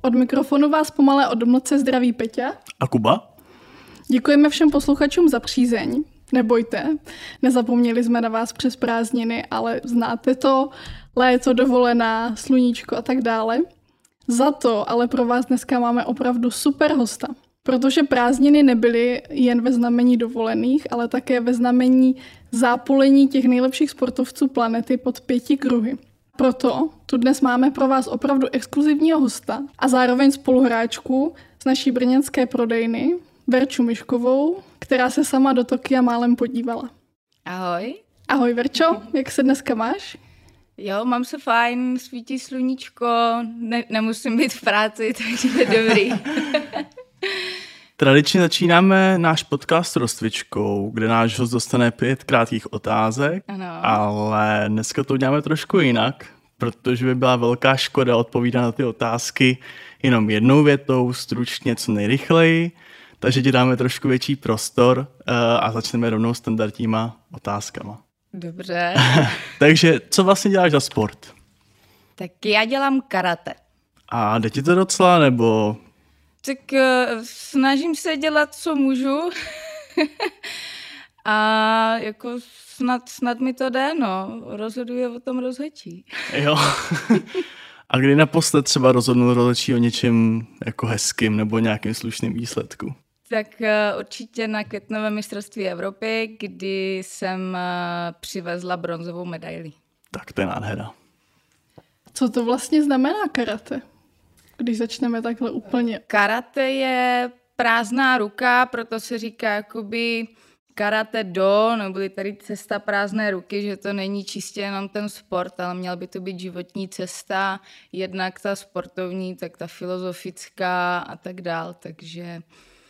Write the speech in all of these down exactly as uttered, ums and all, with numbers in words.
Od mikrofonu vás pomalé od mlce zdraví Peťa a Kuba. Děkujeme všem posluchačům za přízeň. Nebojte, nezapomněli jsme na vás přes prázdniny, ale znáte to, léto, dovolená, sluníčko a tak dále. Za to ale pro vás dneska máme opravdu super hosta, protože prázdniny nebyly jen ve znamení dovolených, ale také ve znamení zápolení těch nejlepších sportovců planety pod pěti kruhy. Proto tu dnes máme pro vás opravdu exkluzivního hosta a zároveň spoluhráčku z naší brněnské prodejny, Verču Miškovou, která se sama do Tokia málem podívala. Ahoj. Ahoj Verčo, jak se dneska máš? Jo, mám se fajn, svítí sluníčko, ne, nemusím být v práci, takže je dobrý. Tradičně začínáme náš podcast s rozcvičkou, kde náš host dostane pět krátkých otázek, ano. Ale dneska to uděláme trošku jinak, protože by byla velká škoda odpovídat na ty otázky jenom jednou větou, stručně, co nejrychleji, takže ti dáme trošku větší prostor uh, a začneme rovnou standardníma otázkama. Dobře. Takže co vlastně děláš za sport? Tak já dělám karate. A jde ti to docela, nebo... Tak uh, snažím se dělat, co můžu. A jako snad, snad mi to jde, no. Rozhoduje o tom rozhodčí. Jo. A kdy naposled třeba rozhodnul rozhodčí o něčem jako hezkým nebo nějakým slušným výsledku? Tak uh, určitě na květnovém mistrovství Evropy, kdy jsem uh, přivezla bronzovou medaili. Tak to je nádhera. Co to vlastně znamená karate? Když začneme takhle úplně. Karate je prázdná ruka, proto se říká jakoby karate do, nebo tady cesta prázdné ruky, že to není čistě jenom ten sport, ale měla by to být životní cesta, jednak ta sportovní, tak ta filozofická a tak dál, takže...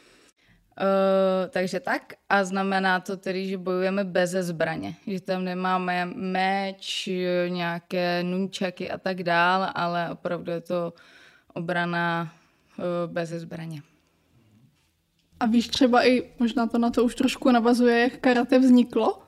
Uh, takže tak a znamená to tedy, že bojujeme beze zbraně, že tam nemáme meč, nějaké nunčaky a tak dál, ale opravdu je to obrana uh, beze zbraně. A víš třeba i, možná to na to už trošku navazuje, jak karate vzniklo?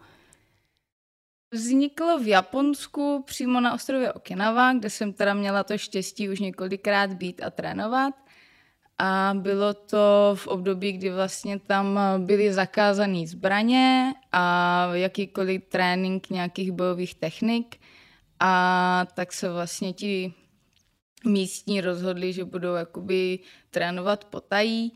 Vzniklo v Japonsku přímo na ostrově Okinawa, kde jsem teda měla to štěstí už několikrát být a trénovat. A bylo to v období, kdy vlastně tam byly zakázané zbraně a jakýkoliv trénink nějakých bojových technik. A tak se vlastně ti místní rozhodli, že budou jakoby trénovat potají.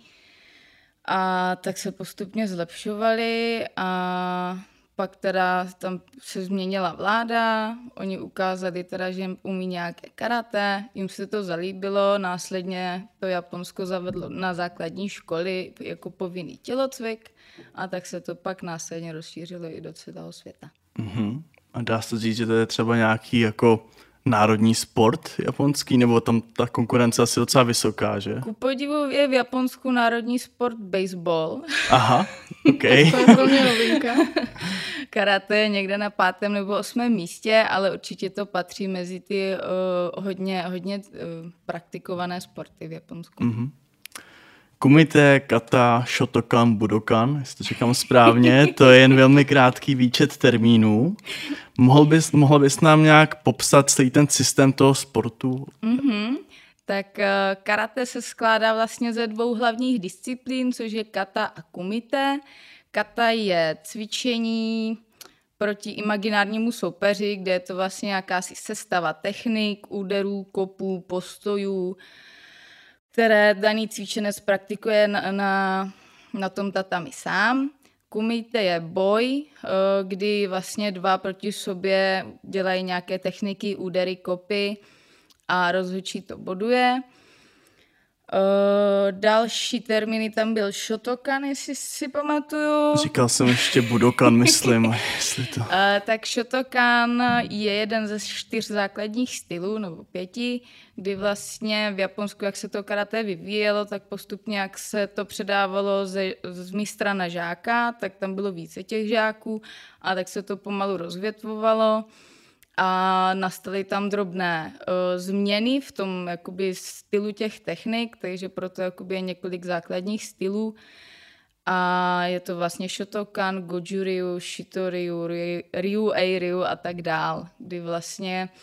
A tak se postupně zlepšovali a pak teda tam se změnila vláda, oni ukázali teda, že umí nějaké karate, jim se to zalíbilo, následně to Japonsko zavedlo na základní školy jako povinný tělocvik a tak se to pak následně rozšířilo i do celého světa. Uh-huh. A dá se říct, že to je třeba nějaký jako národní sport japonský, nebo tam ta konkurence asi docela vysoká, že? Ku podivu je v Japonsku národní sport baseball. Aha, ok. To je pro mě novinka. Karate je někde na pátém nebo osmém místě, ale určitě to patří mezi ty uh, hodně, hodně uh, praktikované sporty v Japonsku. Mm-hmm. Kumite, kata, shotokan, budokan, jestli to říkám správně, to je jen velmi krátký výčet termínů. Mohl bys, mohla bys nám nějak popsat celý ten systém toho sportu? Mm-hmm. Tak uh, karate se skládá vlastně ze dvou hlavních disciplín, což je kata a kumite. Kata je cvičení proti imaginárnímu soupeři, kde je to vlastně jakási sestava technik, úderů, kopů, postojů, které daný cvičenec praktikuje na, na, na tom tatami sám. Kumite je boj, kdy vlastně dva proti sobě dělají nějaké techniky, údery, kopy a rozhodčí to boduje. Uh, další termíny tam byl shotokan, jestli si pamatuju. Říkal jsem ještě budokan, myslím. Jestli to... uh, tak shotokan je jeden ze čtyř základních stylů, nebo pěti, kdy vlastně v Japonsku, jak se to karate vyvíjelo, tak postupně, jak se to předávalo ze, z mistra na žáka, tak tam bylo více těch žáků a tak se to pomalu rozvětvovalo. A nastaly tam drobné uh, změny v tom jakoby stylu těch technik, takže proto jakoby je několik základních stylů. A je to vlastně Shotokan, Goju-ryu, Shito-ryu, Ryu-ei-ryu a tak dál, kdy vlastně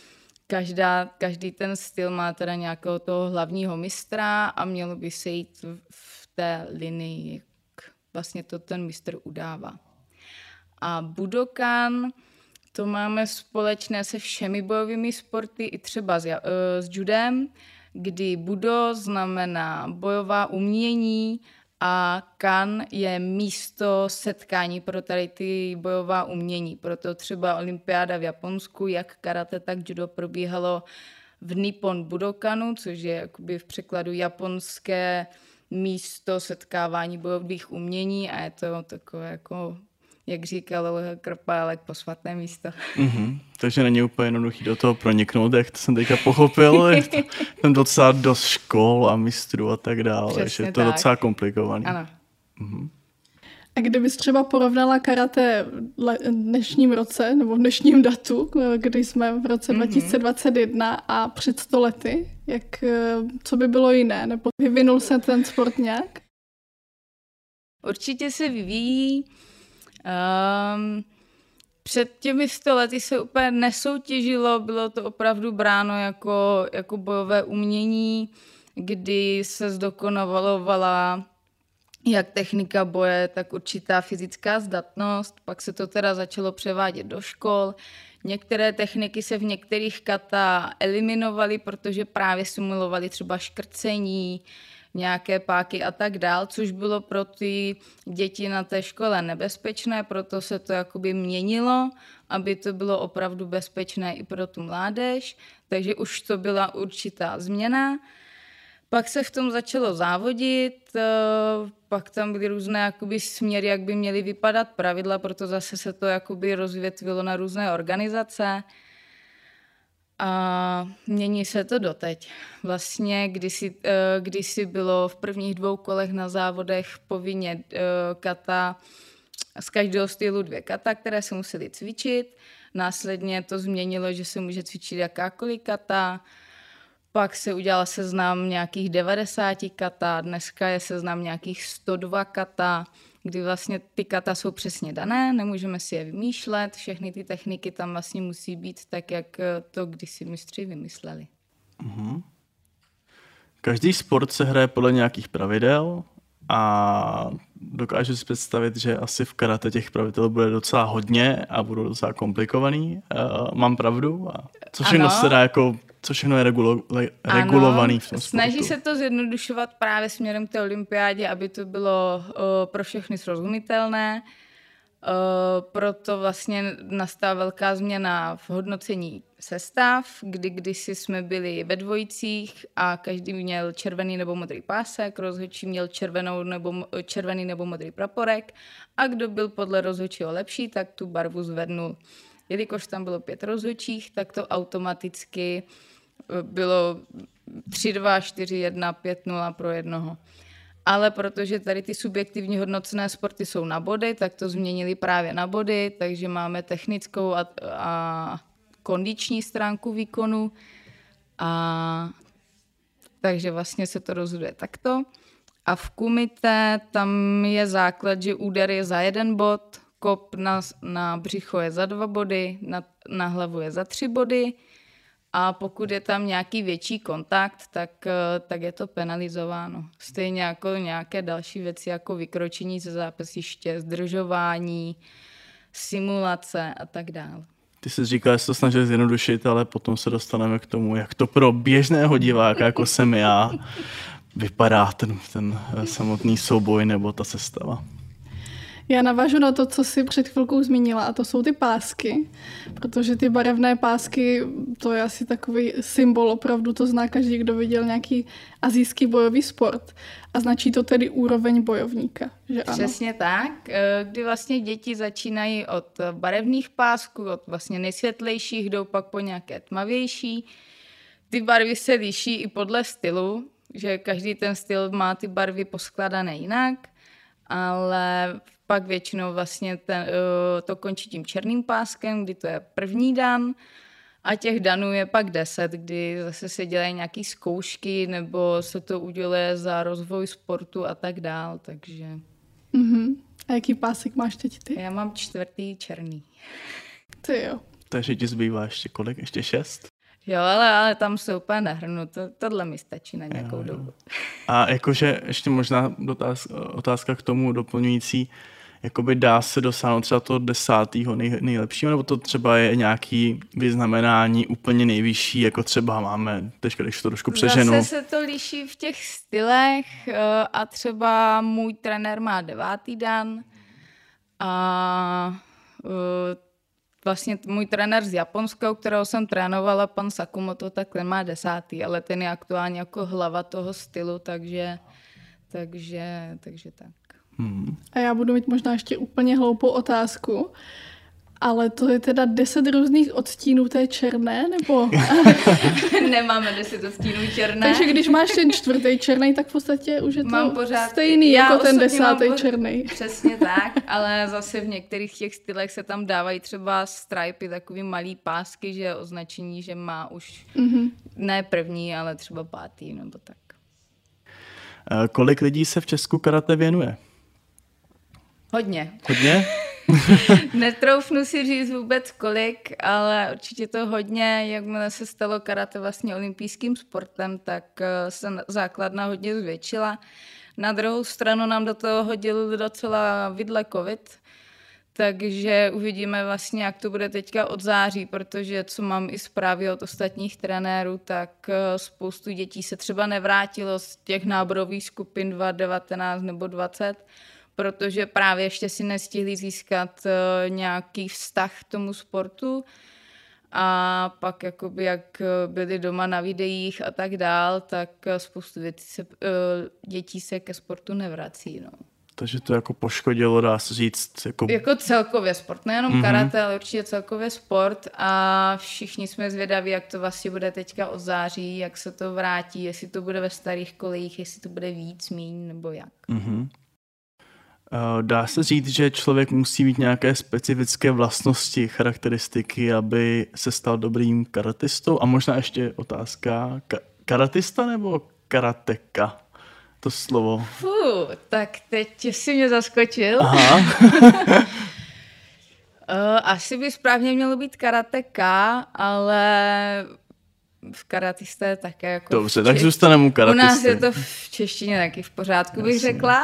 každá, každý ten styl má teda nějakého toho hlavního mistra a mělo by se jít v, v té linii, jak vlastně to ten mistr udává. A Budokan, to máme společné se všemi bojovými sporty, i třeba s, s judem, kdy Budo znamená bojová umění a kan je místo setkání pro tady ty bojová umění. Proto třeba olympiáda v Japonsku, jak karate, tak judo probíhalo v Nippon Budokanu, což je jakoby v překladu japonské místo setkávání bojových umění a je to takové jako, jak říkal Olga Kropálek, posvatné místo. Mm-hmm. Takže není úplně jednoduchý do toho proniknout, jak to jsem teďka pochopil. Je to, tam docela dost škol a mistrů a tak dále, takže je to tak. Docela komplikovaný. Ano. Mm-hmm. A kdybys třeba porovnala karate v dnešním roce, nebo v dnešním datu, kdy jsme v roce mm-hmm. dva tisíce dvacet jedna a před sto lety, jak, co by bylo jiné? Nebo vyvinul se ten sport nějak? Určitě se vyvíjí. Um, před těmi sto lety se úplně nesoutěžilo, bylo to opravdu bráno jako, jako bojové umění, kdy se zdokonalovala jak technika boje, tak určitá fyzická zdatnost. Pak se to teda začalo převádět do škol. Některé techniky se v některých kata eliminovaly, protože právě simulovaly třeba škrcení, nějaké páky a tak dál, což bylo pro ty děti na té škole nebezpečné, proto se to jakoby měnilo, aby to bylo opravdu bezpečné i pro tu mládež, takže už to byla určitá změna. Pak se v tom začalo závodit, pak tam byly různé jakoby směry, jak by měly vypadat pravidla, proto zase se to jakoby rozvětvilo na různé organizace. A mění se to doteď. Vlastně kdysi, kdysi bylo v prvních dvou kolech na závodech povinně kata, z každého stylu dvě kata, které se musely cvičit. Následně to změnilo, že se může cvičit jakákoliv kata. Pak se udělal seznam nějakých devadesát kata, dneska je seznam nějakých sto dva kata, kdy vlastně ty kata jsou přesně dané, nemůžeme si je vymýšlet, všechny ty techniky tam vlastně musí být tak, jak to kdysi mistři vymysleli. Mm-hmm. Každý sport se hraje podle nějakých pravidel a dokážu si představit, že asi v karate těch pravidel bude docela hodně a budou docela komplikovaný. Uh, mám pravdu? A co všechno se dá jako... Co všechno je regulo, le, regulovaný v tom sportu? Snaží se to zjednodušovat právě směrem k té olympiádě, aby to bylo uh, pro všechny srozumitelné. Uh, proto vlastně nastala velká změna v hodnocení sestav, kdy kdysi jsme byli ve dvojicích a každý měl červený nebo modrý pásek, rozhodčí měl červenou nebo, červený nebo modrý praporek a kdo byl podle rozhodčího lepší, tak tu barvu zvednul. Jelikož tam bylo pět rozhodčích, tak to automaticky bylo tři dva, čtyři jedna, pět nula pro jednoho. Ale protože tady ty subjektivní hodnocené sporty jsou na body, tak to změnili právě na body, takže máme technickou a, a kondiční stránku výkonu. A takže vlastně se to rozhoduje takto. A v kumite tam je základ, že úder je za jeden bod, kop na, na břicho je za dva body, na, na hlavu je za tři body a pokud je tam nějaký větší kontakt, tak, tak je to penalizováno. Stejně jako nějaké další věci, jako vykročení ze zápasiště, zdržování, simulace a tak dále. Ty jsi říkal, že jsi to snažil zjednodušit, ale potom se dostaneme k tomu, jak to pro běžného diváka, jako jsem já, vypadá ten, ten samotný souboj nebo ta sestava. Já navážu na to, co jsi před chvilkou zmínila, a to jsou ty pásky, protože ty barevné pásky, to je asi takový symbol, opravdu to zná každý, kdo viděl nějaký asijský bojový sport a značí to tedy úroveň bojovníka, že ano? Přesně tak, kdy vlastně děti začínají od barevných pásků, od vlastně nejsvětlejších, jdou pak po nějaké tmavější. Ty barvy se liší i podle stylu, že každý ten styl má ty barvy poskladané jinak, ale pak většinou vlastně ten, to končí tím černým páskem, kdy to je první dan a těch danů je pak deset, kdy zase se dělají nějaké zkoušky nebo se to uděluje za rozvoj sportu a tak dál, takže... Mm-hmm. A jaký pásek máš teď ty? Já mám čtvrtý černý. Ty jo. Takže ti zbývá ještě kolik? Ještě šest? Jo, ale, ale tam se úplně nehrnu, to, tohle mi stačí na nějakou jo, dobu. A jakože ještě možná dotaz, otázka k tomu doplňující, jakoby dá se dosáhnout třeba toho desátého nej, nejlepšího, nebo to třeba je nějaký vyznamenání úplně nejvyšší, jako třeba máme, teďka když to trošku přeženu. Zase se to liší v těch stylech a třeba můj trenér má devátý dan a vlastně můj trenér z Japonska, u kterého jsem trénovala, pan Sakumoto, tak ten má desátý, ale ten je aktuálně jako hlava toho stylu, takže, takže, takže tak. Hmm. A já budu mít možná ještě úplně hloupou otázku, ale to je teda deset různých odstínů té černé, nebo? Nemáme deset odstínů černé. Takže když máš ten čtvrtý černý, tak v podstatě už je to mám pořád, stejný jako ten desátý černý. Přesně tak, ale zase v některých těch stylech se tam dávají třeba stripy, takový malý pásky, že je označení, že má už mm-hmm. ne první, ale třeba pátý nebo tak. Kolik lidí se v Česku karate věnuje? Hodně. Hodně? Netroufnu si říct vůbec kolik, ale určitě to hodně. Jakmile se stalo karate vlastně olympijským sportem, tak se základna hodně zvětšila. Na druhou stranu nám do toho hodil docela vidle covid, takže uvidíme vlastně, jak to bude teďka od září, protože co mám i zprávy od ostatních trenérů, tak spoustu dětí se třeba nevrátilo z těch náborových skupin dva tisíce devatenáct nebo dvacet, protože právě ještě si nestihli získat nějaký vztah k tomu sportu a pak jakoby jak byli doma na videích a tak dál, tak spoustu dětí se, dětí se ke sportu nevrací. No. Takže to jako poškodilo, dá se říct. Jako, jako celkově sport, nejenom mm-hmm. karate, ale určitě celkově sport a všichni jsme zvědaví, jak to vlastně bude teďka od září, jak se to vrátí, jestli to bude ve starých kolejích, jestli to bude víc, míň nebo jak. Mm-hmm. Dá se říct, že člověk musí mít nějaké specifické vlastnosti, charakteristiky, aby se stal dobrým karatistou? A možná ještě otázka, ka- karatista nebo karateka? To slovo. Fú, tak teď jsi mě zaskočil. Aha. Asi by správně mělo být karateka, ale v karatista je také jako... Dobře, tak zůstaneme u karatisty. U nás je to v češtině taky v pořádku, bych Jasně. řekla.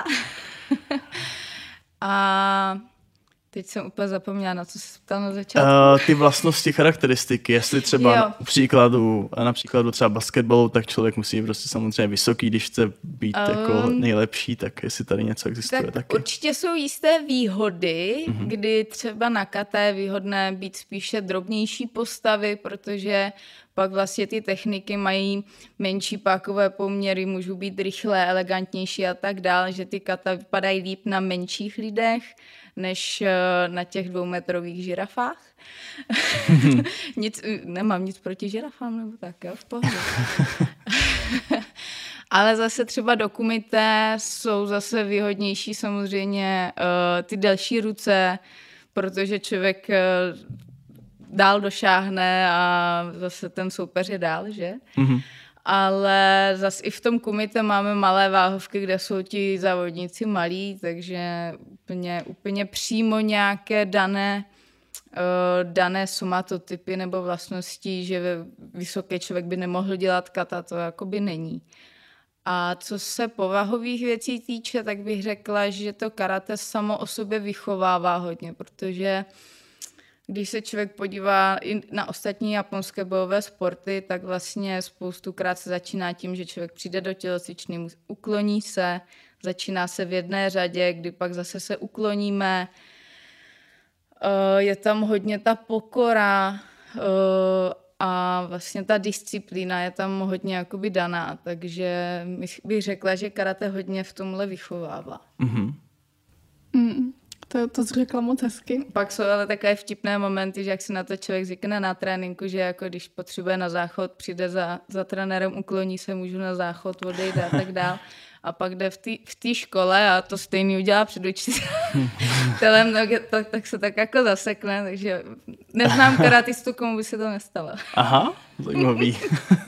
A teď jsem úplně zapomněla, na co se ptal na začátku. Uh, ty vlastnosti, charakteristiky, jestli třeba u příkladu, na příkladu třeba basketbalu, tak člověk musí být prostě samozřejmě vysoký, když chce být um, jako nejlepší, tak jestli tady něco existuje tak taky. Určitě jsou jisté výhody, uh-huh. kdy třeba na kata je výhodné být spíše drobnější postavy, protože pak vlastně ty techniky mají menší pákové poměry, můžou být rychlé, elegantnější a tak dále, že ty kata vypadají líp na menších lidech, než na těch dvoumetrových žirafách. nic, nemám nic proti žirafám, nebo tak, jo, v pohodě. Ale zase třeba do kumite jsou zase výhodnější samozřejmě uh, ty delší ruce, protože člověk uh, dál došáhne a zase ten soupeř je dál, že? Mm-hmm. Ale zase i v tom kumite máme malé váhovky, kde jsou ti závodníci malí, takže úplně, úplně přímo nějaké dané, uh, dané somatotypy nebo vlastnosti, že vysoký člověk by nemohl dělat kata, to jakoby není. A co se povahových věcí týče, tak bych řekla, že to karate samo o sobě vychovává hodně, protože když se člověk podívá i na ostatní japonské bojové sporty, tak vlastně spoustukrát se začíná tím, že člověk přijde do tělocvičny, ukloní se, začíná se v jedné řadě, kdy pak zase se ukloníme. Je tam hodně ta pokora a vlastně ta disciplína je tam hodně jakoby daná, takže bych řekla, že karate hodně v tomhle vychovává. Mm-hmm. Mm. To, to jsi řekla moc hezky. Pak jsou ale takové vtipné momenty, že jak si na to člověk zvykne na tréninku, že jako když potřebuje na záchod, přijde za, za trenérem, ukloní se, můžu na záchod, odejde a tak dál. A pak jde v té škole a to stejný udělá před učitelem, tak, tak, tak se tak jako zasekne, takže neznám karatistu, komu by se to nestalo. Aha, zajímavý.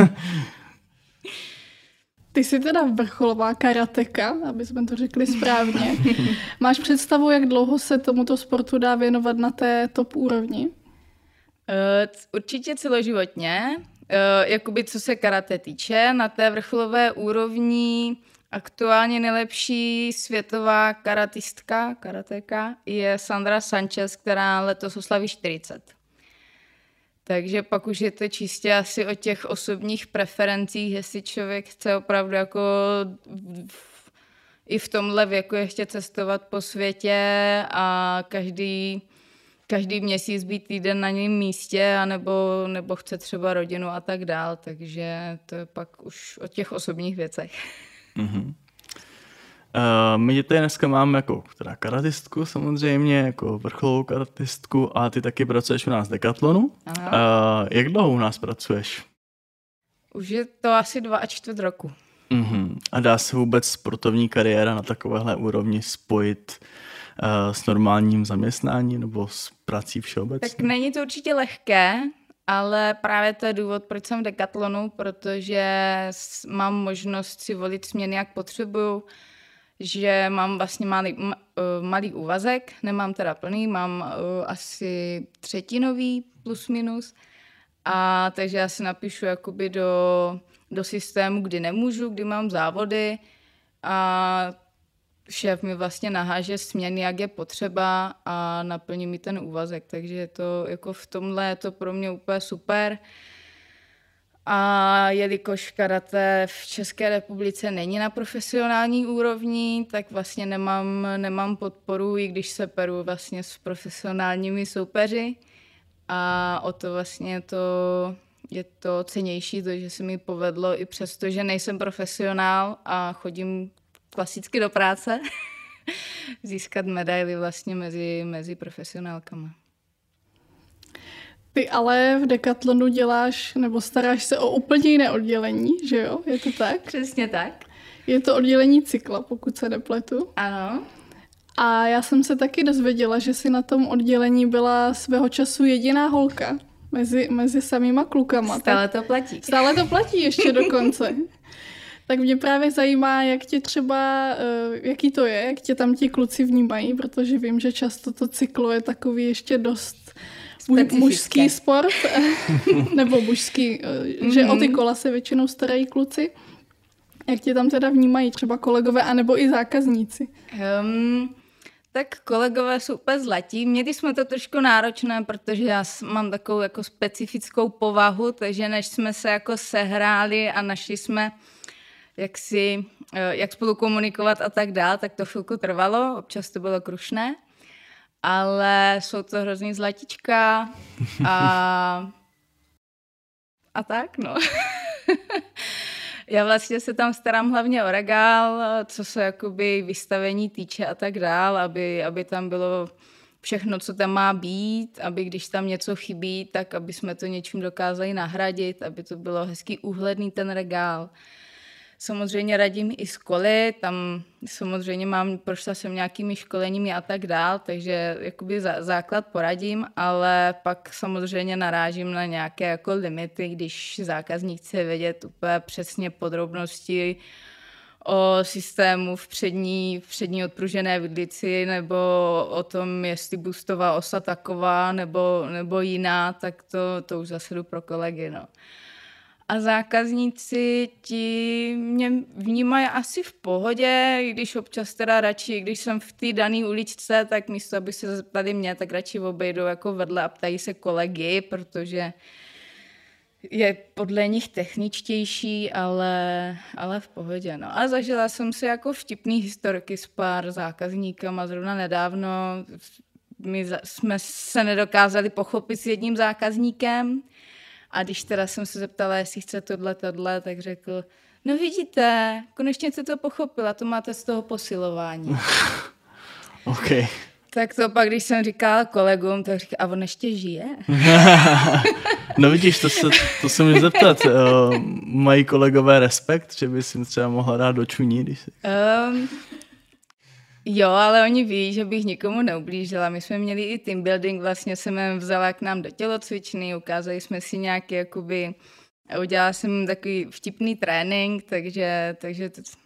Ty jsi teda vrcholová karateka, aby jsme to řekli správně. Máš představu, jak dlouho se tomuto sportu dá věnovat na té top úrovni? Určitě celoživotně. jakoby co se karate týče, na té vrcholové úrovni aktuálně nejlepší světová karatistka, karatéka, je Sandra Sanchez, která letos oslaví čtyřicet. Takže pak už je to čistě asi o těch osobních preferencích, jestli člověk chce opravdu jako v, i v tomhle věku ještě cestovat po světě a každý, každý měsíc být týden na něm místě, anebo, nebo chce třeba rodinu a tak dál. Takže to je pak už o těch osobních věcech. Mm-hmm. Uh, my tady dneska máme jako teda karatistku samozřejmě, jako vrcholovou karatistku a ty taky pracuješ u nás v Decathlonu. Uh, jak dlouho u nás pracuješ? Už je to asi dva a čtvrt roku. Uh-huh. A dá se vůbec sportovní kariéra na takovéhle úrovni spojit uh, s normálním zaměstnáním nebo s prací všeobecně? Tak není to určitě lehké, ale právě to je důvod, proč jsem v Decathlonu, protože mám možnost si volit směny, jak potřebuju, že mám vlastně malý, malý úvazek, nemám teda plný, mám uh, asi třetinový plus minus, a takže já si napíšu jakoby do, do systému, kdy nemůžu, kdy mám závody a šéf mi vlastně naháže směny, jak je potřeba a naplní mi ten úvazek, takže je to jako v tomhle je to pro mě úplně super. A jelikož karate v České republice není na profesionální úrovni, tak vlastně nemám, nemám podporu, i když se peru vlastně s profesionálními soupeři. A o to vlastně to, je to cennější, to, že se mi povedlo i přesto, že nejsem profesionál a chodím klasicky do práce, získat medaily vlastně mezi, mezi profesionálkama. Ty ale v Decathlonu děláš, nebo staráš se o úplně jiné oddělení, že jo? Je to tak? Přesně tak. Je to oddělení cykla, pokud se nepletu. Ano. A já jsem se taky dozvěděla, že jsi na tom oddělení byla svého času jediná holka mezi, mezi samýma klukama. Stále to platí. Stále to platí ještě dokonce. Tak mě právě zajímá, jak tě třeba, jaký to je, jak tě tam ti kluci vnímají, protože vím, že často to cyklo je takový ještě dost mužský sport, nebo mužský, mm-hmm. že o ty kola se většinou starají kluci. Jak tě tam teda vnímají třeba kolegové, anebo i zákazníci? Um, tak kolegové jsou úplně zlatí. Měli jsme to trošku náročné, protože já mám takovou jako specifickou povahu, takže než jsme se jako sehráli a našli jsme jak, si, jak spolu komunikovat a tak dál, tak to chvilku trvalo, občas to bylo krušné. Ale jsou to hrozný zlatička a, a tak, no. Já vlastně se tam starám hlavně o regál, co se jakoby vystavení týče a tak dál, aby, aby tam bylo všechno, co tam má být, aby když tam něco chybí, tak aby jsme to něčím dokázali nahradit, aby to bylo hezký úhledný ten regál. Samozřejmě radím i školy, tam samozřejmě mám, prošla jsem nějakými školeními a tak dál, takže jakoby základ poradím, ale pak samozřejmě narážím na nějaké jako limity, když zákazník chce vědět úplně přesně podrobnosti o systému v přední, v přední odpružené vidlici nebo o tom, jestli boostová osa taková nebo, nebo jiná, tak to, to už zase jdu pro kolegy, no. A zákazníci ti mě vnímají asi v pohodě, i když občas teda radši, když jsem v té dané uličce, tak místo, aby se zeptali mě, tak radši obejdou jako vedle a ptají se kolegy, protože je podle nich techničtější, ale, ale v pohodě. No. A zažila jsem si jako vtipný historky s pár zákazníkama zrovna nedávno. My jsme se nedokázali pochopit s jedním zákazníkem, a když teda jsem se zeptala, jestli chce tohle, tohle, tak řekl, no vidíte, konečně jste to pochopila, to máte z toho posilování. OK. Tak to pak, když jsem říkala kolegům, tak říkala, a on ještě žije? No vidíš, to se, to se můžu zeptat. Uh, mají kolegové respekt, že bys jim třeba mohla dát do čuní? Když se... um, jo, ale oni ví, že bych nikomu neublížila. My jsme měli i team building, vlastně jsem je vzala k nám do tělocvičny, ukázali jsme si nějaký, jakoby, udělala jsem takový vtipný trénink, takže, takže to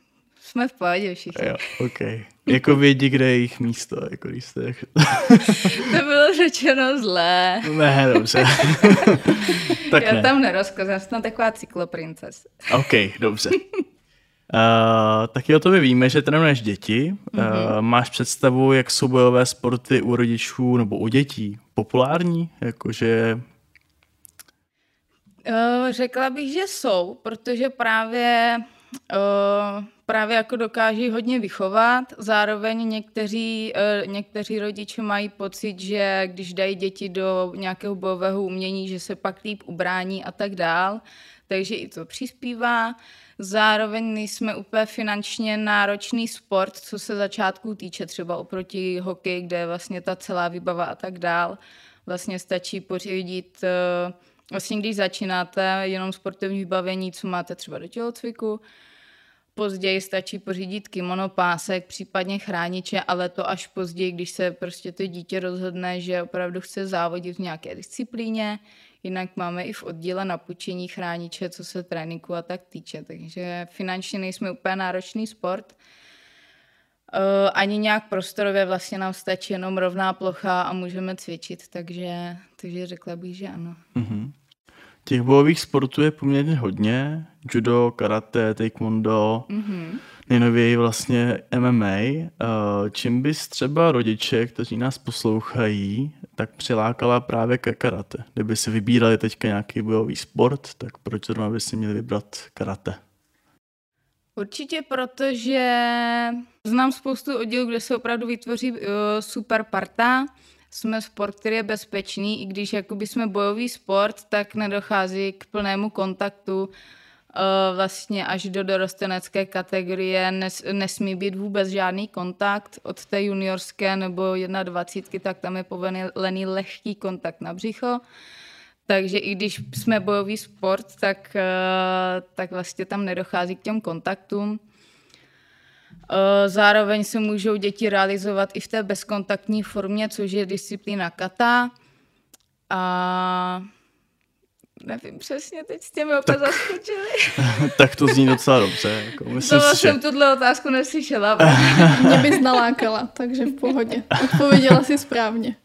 jsme v pohodě všichni. Jo, ok. Jako vědí, kde je jejich místo, jako když jste... To bylo řečeno zlé. Ne, dobře. Tak Já ne. tam nerozkazám, jsem taková cykloprinces. Ok, dobře. Uh, taky o tobě víme, že trénuješ děti. Mm-hmm. Uh, máš představu, jak jsou bojové sporty u rodičů nebo u dětí populární? Jakože... Uh, řekla bych, že jsou, protože právě, uh, právě jako dokáží hodně vychovat. Zároveň někteří, uh, někteří rodiče mají pocit, že když dají děti do nějakého bojového umění, že se pak líp ubrání a tak dál. Takže i to přispívá. Zároveň nejsme úplně finančně náročný sport, co se začátku týče, třeba oproti hokeji, kde je vlastně ta celá výbava a tak dál. Vlastně stačí pořídit, vlastně když začínáte jenom sportovní vybavení, co máte třeba do tělocviku, později stačí pořídit kimono, pásek, případně chrániče, ale to až později, když se prostě to dítě rozhodne, že opravdu chce závodit v nějaké disciplíně. Jinak máme i v oddíle na půjčení chrániče, co se tréninku a tak týče. Takže finančně nejsme úplně náročný sport. Uh, ani nějak prostorově, vlastně nám stačí jenom rovná plocha a můžeme cvičit, takže, takže řekla bych, že ano. Mm-hmm. Těch bojových sportů je poměrně hodně. Judo, karate, taekwondo, mm-hmm. nejnověji vlastně M M A. Uh, čím bys třeba rodiče, kteří nás poslouchají, tak přilákala právě ke karate? Kdyby si vybírali teďka nějaký bojový sport, tak proč zrovna by si měli vybrat karate? Určitě, protože znám spoustu oddílů, kde se opravdu vytvoří uh, super parta. Jsme sport, který je bezpečný, i když jakoby jsme bojový sport, tak nedochází k plnému kontaktu. Uh, vlastně až do dorostenecké kategorie nes, nesmí být vůbec žádný kontakt. Od té juniorské nebo dvacítky, tak tam je povolený lehký kontakt na břicho. Takže i když jsme bojový sport, tak, uh, tak vlastně tam nedochází k těm kontaktům. Zároveň se můžou děti realizovat i v té bezkontaktní formě, což je disciplína kata. A nevím přesně, teď jste mi opět zaskočili. Tak to zní docela dobře. Jako myslím to si, jsem že... tuhle otázku neslyšela. Mě bys nalákala, takže v pohodě. Odpověděla si správně.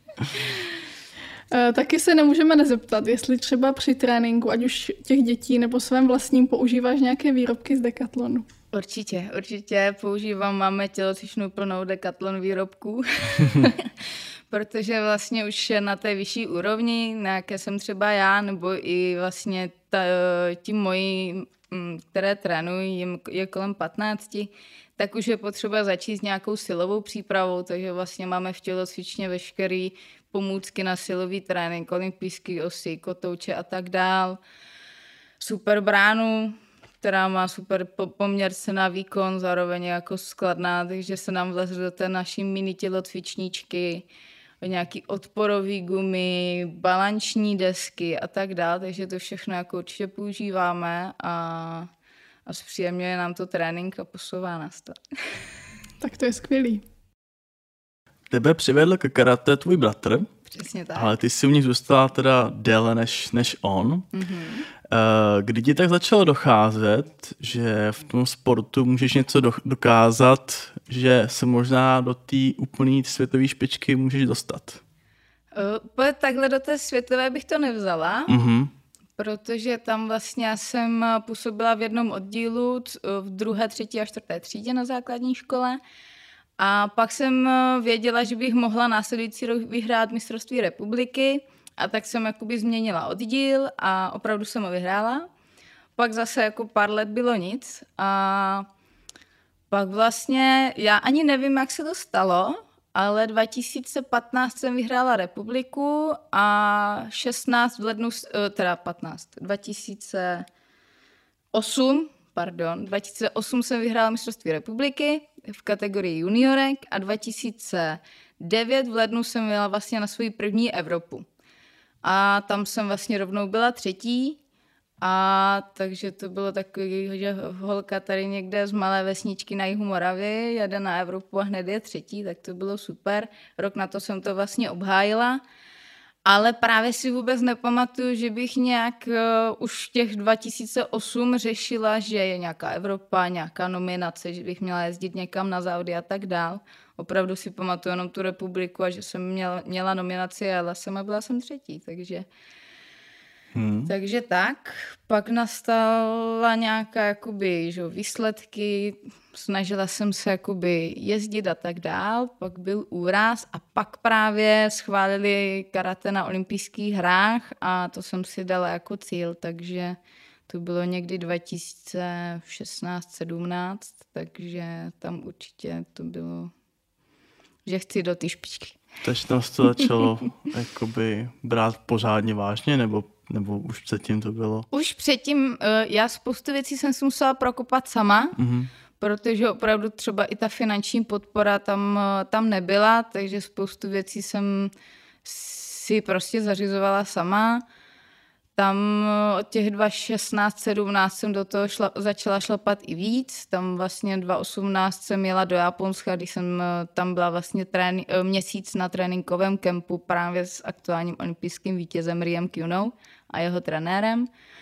Taky se nemůžeme nezeptat, jestli třeba při tréninku, ať už těch dětí nebo svém vlastním, používáš nějaké výrobky z Decathlonu. Určitě, určitě používám, máme tělocvičnu plnou Decathlon výrobků, protože vlastně už na té vyšší úrovni, na jaké jsem třeba já, nebo i vlastně ta, ti moji, které trénují, je kolem patnácti, tak už je potřeba začít s nějakou silovou přípravou, takže vlastně máme v tělocvičně veškeré pomůcky na silový trénink, olympijské osy, kotouče a tak dál, super bránu, která má super poměr cena výkon, zároveň jako skladná, takže se nám vleze do té naší mini tělocvičníčky, nějaký odporový gumy, balanční desky a tak dále, takže to všechno jako určitě používáme a, a zpříjemňuje nám to trénink a posouvá nás to. Tak to je skvělý. Tebe přivedl ke karate tvůj bratr. Přesně tak. Ale ty jsi u nich zůstala teda déle než, než on. Mm-hmm. Kdy ti tak začalo docházet, že v tom sportu můžeš něco do, dokázat, že se možná do té úplné světové špičky můžeš dostat? Uh, takhle do té světové bych to nevzala, mm-hmm. protože tam vlastně já jsem působila v jednom oddílu v druhé, třetí a čtvrté třídě na základní škole. A pak jsem věděla, že bych mohla následující rok vyhrát mistrovství republiky a tak jsem jakoby změnila oddíl a opravdu jsem ho vyhrála. Pak zase jako pár let bylo nic a pak vlastně, já ani nevím, jak se to stalo, ale dva tisíce patnáct jsem vyhrála republiku a šestnáct v lednu, teda patnáct, dva tisíce osm, pardon, dva tisíce osm jsem vyhrála mistrovství republiky v kategorii juniorek a dva tisíce devět v lednu jsem jela vlastně na svou první Evropu. A tam jsem vlastně rovnou byla třetí a takže to bylo takový, že holka tady někde z malé vesničky na jihu Moravy jede na Evropu a hned je třetí, tak to bylo super. Rok na to jsem to vlastně obhájila. Ale právě si vůbec nepamatuju, že bych nějak uh, už v těch dva tisíce osm řešila, že je nějaká Evropa, nějaká nominace, že bych měla jezdit někam na závody a tak dál. Opravdu si pamatuju jenom tu republiku a že jsem měla, měla nominaci a jela jsem a byla jsem třetí, takže... Hmm. Takže tak, pak nastala nějaká jakoby, že, výsledky, snažila jsem se jakoby jezdit a tak dál, pak byl úraz a pak právě schválili karate na olympijských hrách a to jsem si dala jako cíl, takže to bylo někdy dva tisíce šestnáct sedmnáct, takže tam určitě to bylo, že chci do té špičky. Takže tam se to začalo jakoby brát pořádně vážně, nebo Nebo už předtím to bylo? Už předtím, já spoustu věcí jsem si musela prokopat sama, mm-hmm. protože opravdu třeba i ta finanční podpora tam, tam nebyla, takže spoustu věcí jsem si prostě zařizovala sama. Tam od těch dva tisíce šestnáct sedmnáct jsem do toho šla, začala šlapat i víc. Tam vlastně dva tisíce osmnáct jsem jela do Japonska, když jsem tam byla vlastně tréni, měsíc na tréninkovém kempu právě s aktuálním olympijským vítězem Riem Kyunou a jeho trenérem.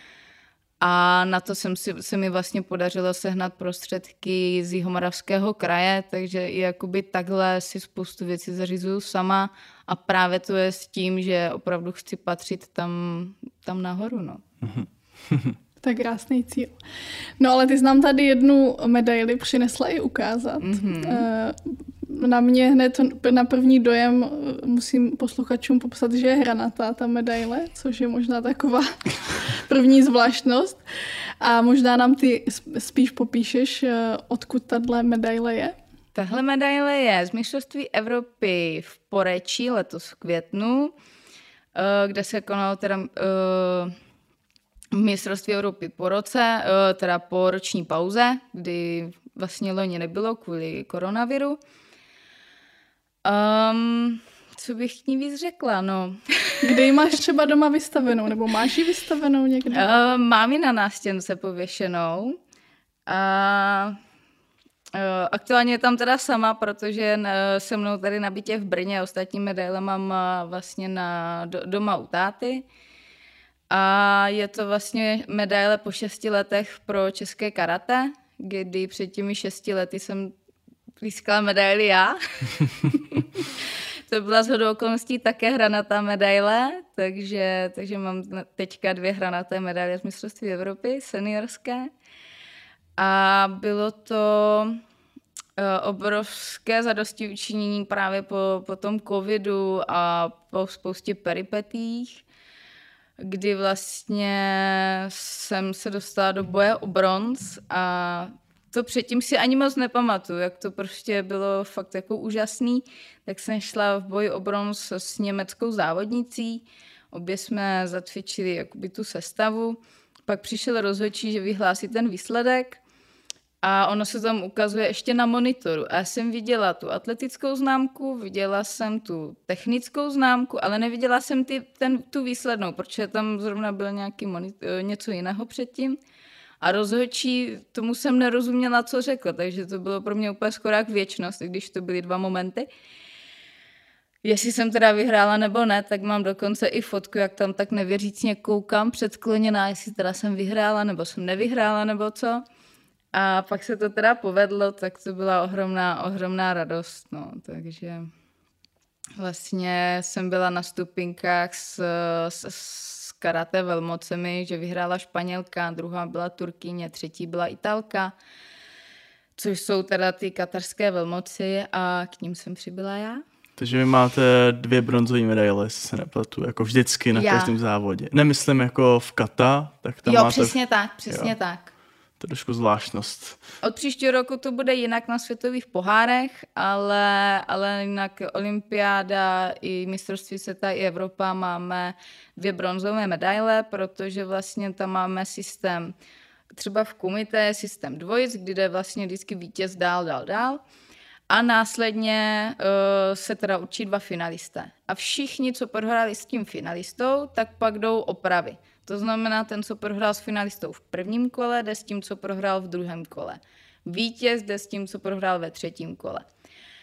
A na to jsem si, se mi vlastně podařilo sehnat prostředky z Jihomoravského kraje, takže i jakoby takhle si spoustu věcí zařizuju sama a právě to je s tím, že opravdu chci patřit tam, tam nahoru. No. To je krásný cíl. No ale ty jsi nám tady jednu medaili přinesla i ukázat. Mm-hmm. Na mě hned na první dojem musím posluchačům popsat, že je hranatá ta medaile, což je možná taková první zvláštnost. A možná nám ty spíš popíšeš, odkud tahle medaile je? Tahle medaile je z mistrovství Evropy v Porečí letos v květnu, kde se konalo teda mistrovství Evropy po roce, teda po roční pauze, kdy vlastně loni nebylo kvůli koronaviru. Um, co bych k ní víc řekla, no. Kde ji máš třeba doma vystavenou, nebo máš ji vystavenou někde? Uh, mám ji na nástěnce pověšenou. A uh, aktuálně je tam teda sama, protože uh, se mnou tady na bytě v Brně, ostatní medaile mám uh, vlastně na, do, doma u táty. A je to vlastně medaile po šesti letech pro české karate, kdy před těmi šesti lety jsem získala medaili já. To byla shodou okolností také hranatá medaile, takže, takže mám teďka dvě hranaté medaile z mistrovství Evropy, seniorské. A bylo to obrovské zadostiučinění právě po, po tom covidu a po spoustě peripetích, kdy vlastně jsem se dostala do boje o bronz a to předtím si ani moc nepamatuju, jak to prostě bylo fakt jako úžasný. Tak jsem šla v boji o bronz s německou závodnicí, obě jsme zatvičili jakoby tu sestavu, pak přišel rozhodčí, že vyhlásí ten výsledek a ono se tam ukazuje ještě na monitoru. A já jsem viděla tu atletickou známku, viděla jsem tu technickou známku, ale neviděla jsem ty, ten, tu výslednou, protože tam zrovna byl nějaký monitor, něco jiného předtím. A rozhodčí, tomu jsem nerozuměla, co řekl, takže to bylo pro mě úplně skoro jak věčnost, když to byly dva momenty. Jestli jsem teda vyhrála nebo ne, tak mám dokonce i fotku, jak tam tak nevěřícně koukám předskloněná, jestli teda jsem vyhrála nebo jsem nevyhrála nebo co. A pak se to teda povedlo, tak to byla ohromná, ohromná radost, no, takže vlastně jsem byla na stupinkách s, s, s karate velmocemi, že vyhrála Španělka, druhá byla Turkyně, třetí byla Italka, což jsou teda ty katarské velmoci a k ním jsem přibyla já. Takže vy máte dvě bronzové medaile, jestli se nepletu, jako vždycky na já. každém závodě. Nemyslím jako v kata, tak tam jo, máte... Jo, přesně tak, přesně jo. tak. To je trošku zvláštnost. Od příštího roku to bude jinak na světových pohárech, ale, ale jinak olympiáda i mistrovství světa i Evropa máme dvě bronzové medaile, protože vlastně tam máme systém, třeba v kumite je systém dvojic, kdy jde vlastně vždycky vítěz dál, dál, dál. A následně uh, se teda určí dva finalisté. A všichni, co prohráli s tím finalistou, tak pak jdou opravy. To znamená, ten, co prohrál s finalistou v prvním kole, jde s tím, co prohrál v druhém kole. Vítěz jde s tím, co prohrál ve třetím kole.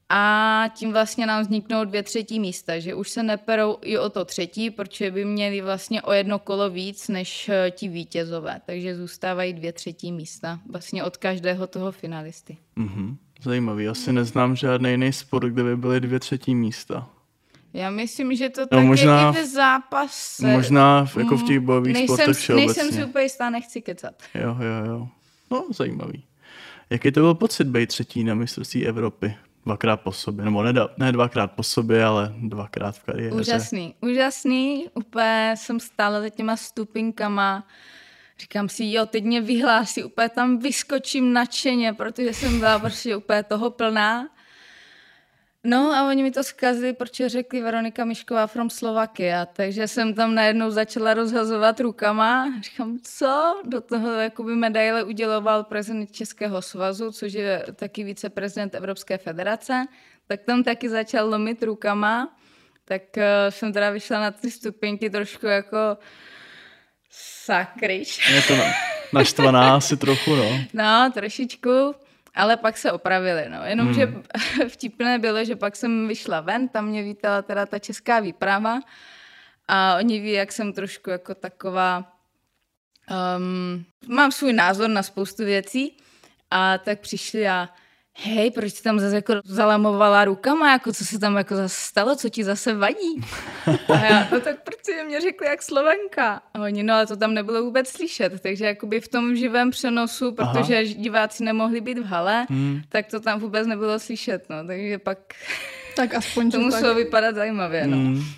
a tím vlastně nám vzniknou dvě třetí místa, že už se neperou i o to třetí, protože by měli vlastně o jedno kolo víc než ti vítězové, takže zůstávají dvě třetí místa vlastně od každého toho finalisty. Mm-hmm. Zajímavý, asi neznám žádný jiný sport, kde by byly dvě třetí místa. Já myslím, že to no, tak možná, je i v zápase. Možná v, jako v těch bojových nejsem, sportech všeobecně. Nejsem si úplně jistá, nechci kecat. Jo, jo, jo. No, zajímavý. Jaký to byl pocit být třetí na mistrovství Evropy? Dvakrát po sobě, nebo ne, ne dvakrát po sobě, ale dvakrát v kariéře. Úžasný, úžasný. Úplně jsem stála za těma stupinkama. Říkám si, jo, teď mě vyhlásí, úplně tam vyskočím nadšeně, protože jsem byla prostě úplně toho plná. No a oni mi to zkazili, protože řekli Veronika Mišková from Slovakia, takže jsem tam najednou začala rozhazovat rukama. Říkám, co? Do toho jakoby medaile uděloval prezident Českého svazu, což je taky viceprezident Evropské federace, tak tam taky začal lomit rukama, tak uh, jsem teda vyšla na ty stupenky trošku jako sakryš. Je to naštvaná asi trochu, no. No, trošičku. Ale pak se opravili, no. Jenomže hmm. vtipné bylo, že pak jsem vyšla ven, tam mě vítala teda ta česká výprava a oni ví, jak jsem trošku jako taková, um, mám svůj názor na spoustu věcí a tak přišli a hej, proč jsi tam zase jako zalamovala rukama, jako co se tam jako zase stalo, co ti zase vadí? A já, no tak protože mě řekli jak Slovenka. A oni, no ale to tam nebylo vůbec slyšet, takže jakoby v tom živém přenosu, protože Aha. diváci nemohli být v hale, hmm. tak to tam vůbec nebylo slyšet, no, takže pak tak aspoň to muselo tak vypadat zajímavě, no. Hmm.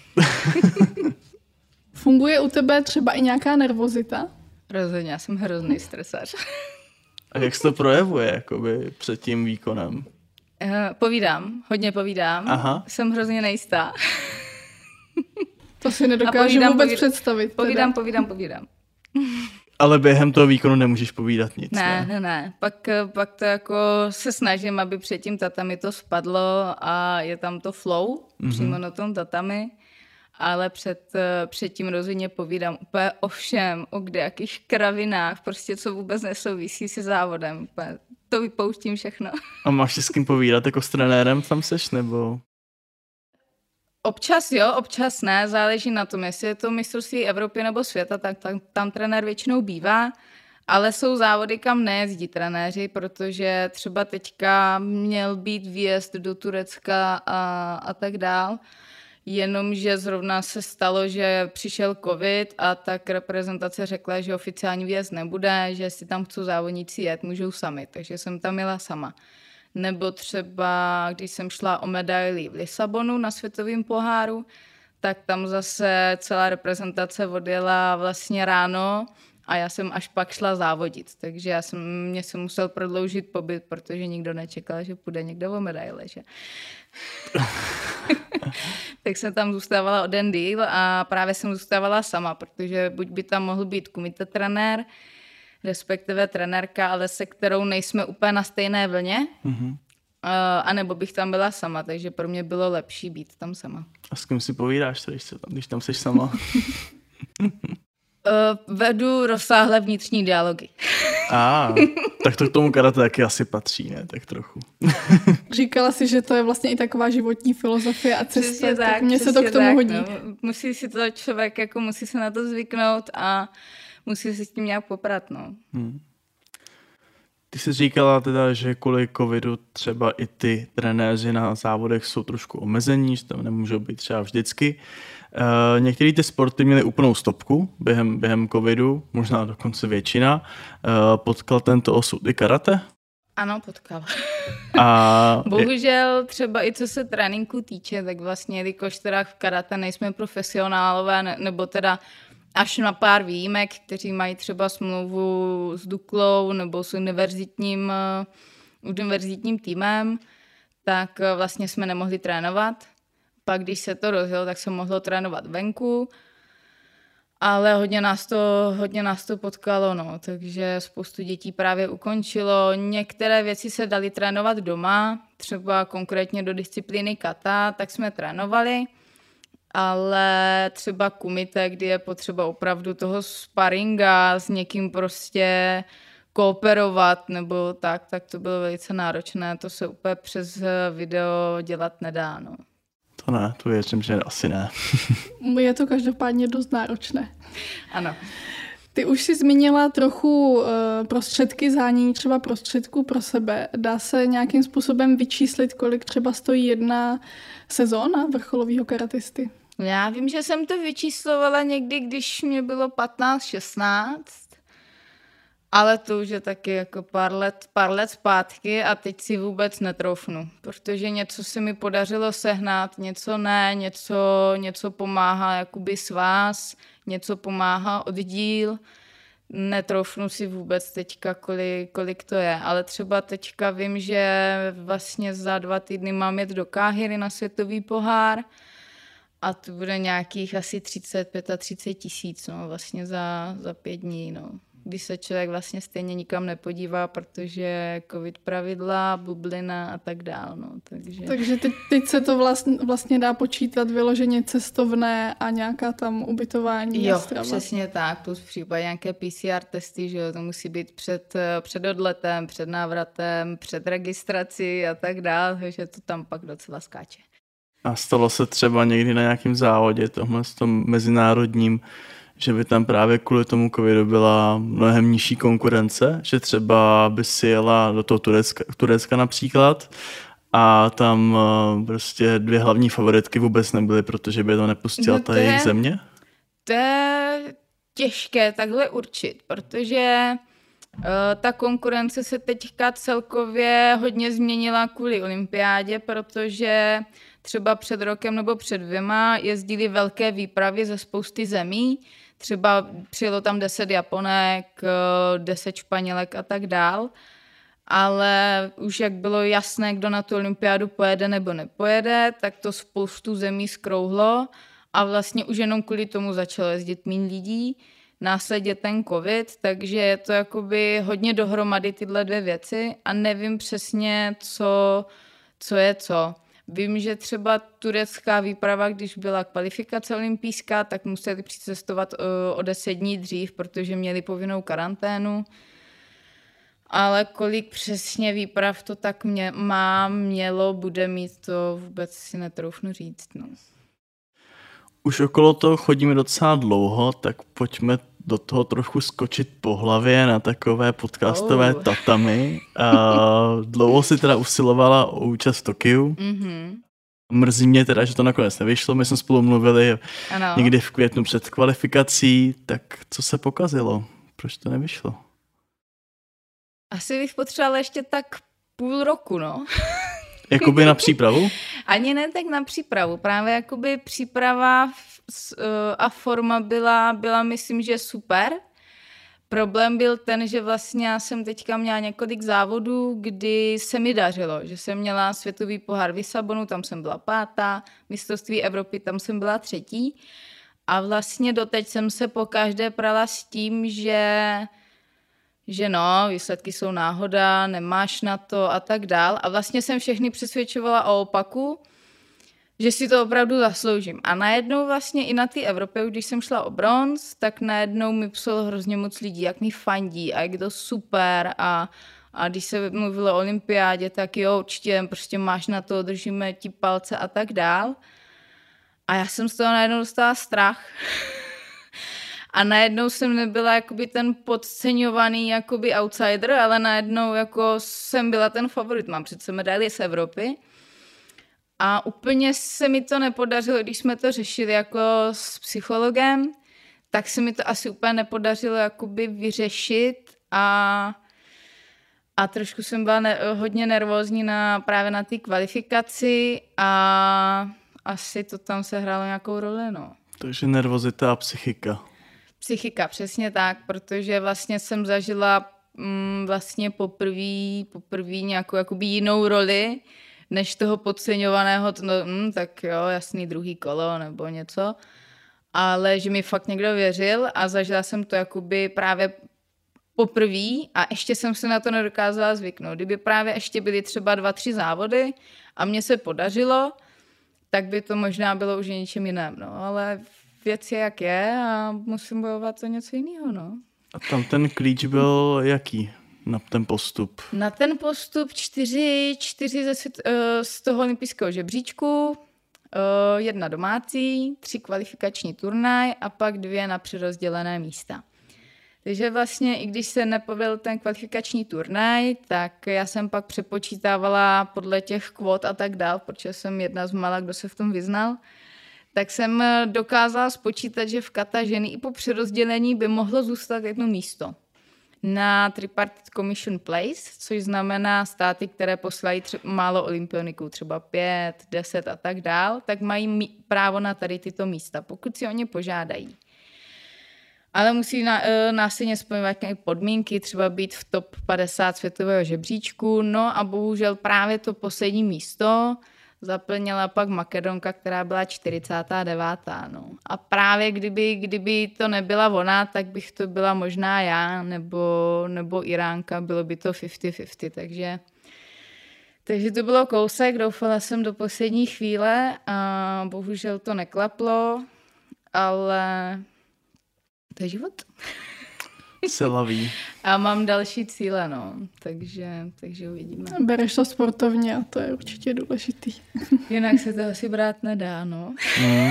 Funguje u tebe třeba i nějaká nervozita? Rozhodně, já jsem hrozný stresař. A jak se to projevuje jakoby před tím výkonem? Uh, povídám, hodně povídám. Aha. Jsem hrozně nejistá. To si nedokážu povídám, vůbec povídám, představit. Povídám, povídám, povídám. Ale během toho výkonu nemůžeš povídat nic, ne? Ne, ne, ne. Pak, pak to jako se snažím, aby předtím tatami to spadlo a je tam to flow mm-hmm. přímo na tom tatami. Ale před, před tím rozhodně povídám úplně o všem, o kdejakých kravinách, prostě co vůbec nesouvisí se závodem. Úplně to vypouštím všechno. A máš si s kým povídat, jako s trenérem tam seš, nebo? Občas jo, občas ne, záleží na tom, jestli je to mistrovství Evropy nebo světa, tak tam, tam trenér většinou bývá, ale jsou závody, kam nejezdí trenéři, protože třeba teďka měl být výjezd do Turecka a, a tak dál. Jenomže zrovna se stalo, že přišel covid a tak reprezentace řekla, že oficiální výjezd nebude, že si tam chcou závodníci jet, můžou sami, takže jsem tam jela sama. Nebo třeba, když jsem šla o medaili v Lisabonu na světovém poháru, tak tam zase celá reprezentace odjela vlastně ráno a já jsem až pak šla závodit, takže já jsem, mě jsem musel prodloužit pobyt, protože nikdo nečekal, že půjde někdo o medaile, že? Tak jsem tam zůstávala o den díl a právě jsem zůstávala sama, protože buď by tam mohl být kumite trenér, respektive trenérka, ale se kterou nejsme úplně na stejné vlně, mm-hmm. a nebo bych tam byla sama, takže pro mě bylo lepší být tam sama. A s kým si povídáš, když tam jsi sama? Uh, vedu rozsáhlé vnitřní dialogy. A, tak to k tomu karate taky asi patří, ne? Tak trochu. Říkala si, že to je vlastně i taková životní filozofie a cesta, přesně tak, tak mně se to k tomu tak, hodí. No. Musí si to člověk, jako musí se na to zvyknout a musí si s tím nějak poprat, no. Hmm. Ty jsi říkala teda, že kvůli covidu třeba i ty trenéři na závodech jsou trošku omezení, že tam nemůžou být třeba vždycky. Uh, některé ty sporty měly úplnou stopku během, během covidu, možná dokonce většina. Uh, potkal tento osud i karate? Ano, potkal. A bohužel třeba i co se tréninku týče, tak vlastně, jelikož teda v karate nejsme profesionálové, ne, nebo teda až na pár výjimek, kteří mají třeba smlouvu s Duklou nebo s univerzitním, univerzitním týmem, tak vlastně jsme nemohli trénovat. Pak, když se to rozjelo, tak se mohlo trénovat venku, ale hodně nás to, hodně nás to potkalo, no. Takže spoustu dětí právě ukončilo. Některé věci se daly trénovat doma, třeba konkrétně do disciplíny kata, tak jsme trénovali, ale třeba kumite, kdy je potřeba opravdu toho sparinga s někým prostě kooperovat nebo tak, tak to bylo velice náročné. To se úplně přes video dělat nedá, no. To ne, to věřím, že asi ne. Je to každopádně dost náročné. Ano. Ty už jsi zmínila trochu uh, prostředky, zhánění třeba prostředků pro sebe. Dá se nějakým způsobem vyčíslit, kolik třeba stojí jedna sezóna vrcholového karatisty? Já vím, že jsem to vyčíslovala někdy, když mě bylo patnáct šestnáct, ale to už je taky jako pár let, pár let zpátky a teď si vůbec netroufnu, protože něco se mi podařilo sehnat, něco ne, něco, něco pomáhá jakoby svaz, něco pomáhá oddíl. Netroufnu si vůbec teďka, kolik, kolik to je, ale třeba teďka vím, že vlastně za dva týdny mám jet do Káhiry na světový pohár a to bude nějakých asi třicet, třicet pět tisíc, no, vlastně za, za pět dní, no. Když se člověk vlastně stejně nikam nepodívá, protože covid pravidla, bublina a tak dál, no, takže... Takže teď, teď se to vlastně, vlastně dá počítat vyloženě cestovné a nějaká tam ubytování jo, a strava. Přesně tak, plus v případě nějaké P C R testy, že jo, to musí být před, před odletem, před návratem, před registrací a tak dál, takže to tam pak docela skáče. A stalo se třeba někdy na nějakém závodě, tomhle s tom mezinárodním, že by tam právě kvůli tomu covidu byla mnohem nižší konkurence, že třeba by si jela do toho Turecka, Turecka například a tam uh, prostě dvě hlavní favoritky vůbec nebyly, protože by to nepustila no to ta je, jejich země? To je těžké takhle určit, protože uh, ta konkurence se teďka celkově hodně změnila kvůli olympiádě, protože třeba před rokem nebo před dvěma jezdili velké výpravy ze spousty zemí, třeba přijelo tam deset Japonek, deset Španělek a tak dál, ale už jak bylo jasné, kdo na tu olympiádu pojede nebo nepojede, tak to spoustu zemí skrouhlo a vlastně už jenom kvůli tomu začalo jezdit méně lidí, následně ten covid, takže je to jakoby hodně dohromady tyhle dvě věci a nevím přesně, co, co je co. Vím, že třeba turecká výprava, když byla kvalifikace olympijská, tak museli přicestovat o deset dní dřív, protože měli povinnou karanténu. Ale kolik přesně výprav to tak mě, má, mělo, bude mít, to vůbec si netroufnu říct. No. Už okolo toho chodíme docela dlouho, tak pojďme do toho trochu skočit po hlavě na takové podcastové oh. tatami. Uh, dlouho si teda usilovala o účast v Tokiu. Mm-hmm. Mrzí mě teda, že to nakonec nevyšlo. My jsme spolu mluvili ano. někdy v květnu před kvalifikací. Tak co se pokazilo? Proč to nevyšlo? Asi bych potřebovala ještě tak půl roku, no. Jakoby na přípravu? Ani ne tak na přípravu. Právě jakoby příprava a forma byla, byla myslím, že super. Problém byl ten, že vlastně já jsem teďka měla několik závodů, kdy se mi dařilo, že jsem měla světový pohár v Lisabonu, tam jsem byla pátá, mistrovství Evropy, tam jsem byla třetí. A vlastně doteď jsem se pokaždé prala s tím, že že no, výsledky jsou náhoda, nemáš na to a tak dál. A vlastně jsem všechny přesvědčovala o opaku, že si to opravdu zasloužím. A najednou vlastně i na té Evropě, když jsem šla o bronz, tak najednou mi psalo hrozně moc lidí, jak mi fandí a jak je to super. A, a když se mluvilo o olympiádě, tak jo, určitě prostě máš na to, držíme ti palce a tak dál. A já jsem z toho najednou dostala strach. A najednou jsem nebyla jakoby ten podceňovaný jakoby outsider, ale najednou jako jsem byla ten favorit. Mám přece medaili z Evropy. A úplně se mi to nepodařilo, když jsme to řešili jako s psychologem, tak se mi to asi úplně nepodařilo jakoby vyřešit a, a trošku jsem byla ne, hodně nervózní na, právě na té kvalifikaci a asi to tam se hrálo nějakou roli, no. Takže nervozita a psychika. Psychika, přesně tak, protože vlastně jsem zažila mm, vlastně poprvé poprvé nějakou jakoby jinou roli, než toho podceňovaného, no, mm, tak jo, jasný druhý kolo nebo něco, ale že mi fakt někdo věřil a zažila jsem to jakoby právě poprvé a ještě jsem se na to nedokázala zvyknout. Kdyby právě ještě byly třeba dva, tři závody a mně se podařilo, tak by to možná bylo už něčím jiném, no, ale věc je, jak je a musím bojovat za něco jiného, no. A tam ten klíč byl jaký? na ten postup? Na ten postup čtyři, čtyři ze, svět- z toho olympijského žebříčku, jedna domácí, tři kvalifikační turnaj a pak dvě na přerozdělené místa. Takže vlastně, i když se nepovedl ten kvalifikační turnaj, tak já jsem pak přepočítávala podle těch kvót a tak dál, protože jsem jedna z mála, kdo se v tom vyznal, tak jsem dokázala spočítat, že v kata ženy i po přerozdělení by mohlo zůstat jedno místo na Tripartite Commission Place, což znamená státy, které poslají tře- málo olympioniků, třeba pět, deset a tak dál, tak mají mí- právo na tady tyto místa, pokud si o ně požádají. Ale musí ná, e, následně splňovat nějaké podmínky, třeba být v top padesát světového žebříčku, no a bohužel právě to poslední místo zaplnila pak Makedonka, která byla čtyřicátá devátá No. A právě kdyby, kdyby to nebyla ona, tak bych to byla možná já, nebo, nebo Iránka, bylo by to padesát padesát, takže, takže to bylo kousek, doufala jsem do poslední chvíle a bohužel to neklaplo, ale to je život. Se laví. A mám další cíle, no, takže, takže uvidíme. Bereš to sportovně a to je určitě důležitý. Jinak se to asi brát nedá, no. Mm.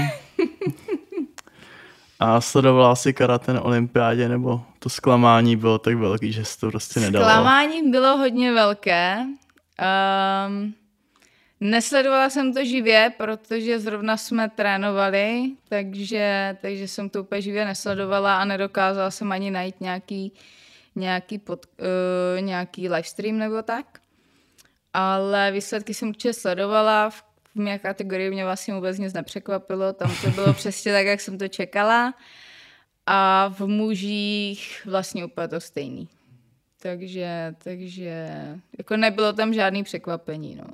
A sledovala jsi karate na olympiádě, nebo to zklamání bylo tak velký, že se to prostě nedalo? Zklamání bylo hodně velké. Um, nesledovala jsem to živě, protože zrovna jsme trénovali, takže, takže jsem to úplně živě nesledovala a nedokázala jsem ani najít nějaký, nějaký, pod, uh, nějaký livestream nebo tak. Ale výsledky jsem určitě sledovala. V mé kategorii mě vlastně vůbec nic nepřekvapilo. Tam to bylo přesně tak, jak jsem to čekala. A v mužích vlastně úplně to stejný. Takže, takže jako nebylo tam žádný překvapení, no.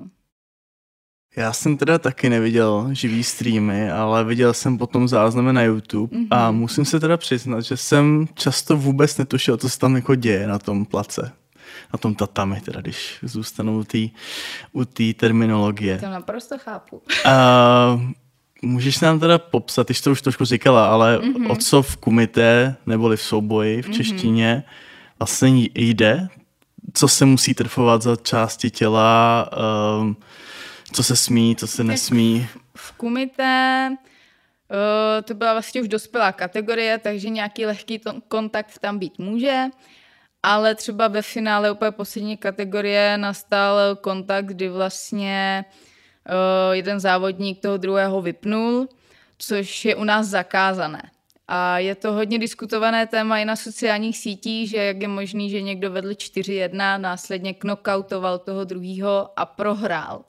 Já jsem teda taky neviděl živý streamy, ale viděl jsem potom záznamy na YouTube mm-hmm. a musím se teda přiznat, že jsem často vůbec netušil, co se tam jako děje na tom place. Na tom tatami, teda když zůstanu u té u té terminologie. To naprosto chápu. A můžeš nám teda popsat, když to už trošku říkala, ale mm-hmm. o co v kumite, neboli v souboji v češtině, mm-hmm. vlastně jde? Co se musí trfovat za části těla, um, co se smí, co se nesmí? V kumite uh, to byla vlastně už dospělá kategorie, takže nějaký lehký to- kontakt tam být může. Ale třeba ve finále úplně poslední kategorie nastal kontakt, kdy vlastně uh, jeden závodník toho druhého vypnul, což je u nás zakázané. A je to hodně diskutované téma i na sociálních sítích, že jak je možný, že někdo vedl čtyři jedna, následně knockoutoval toho druhého a prohrál.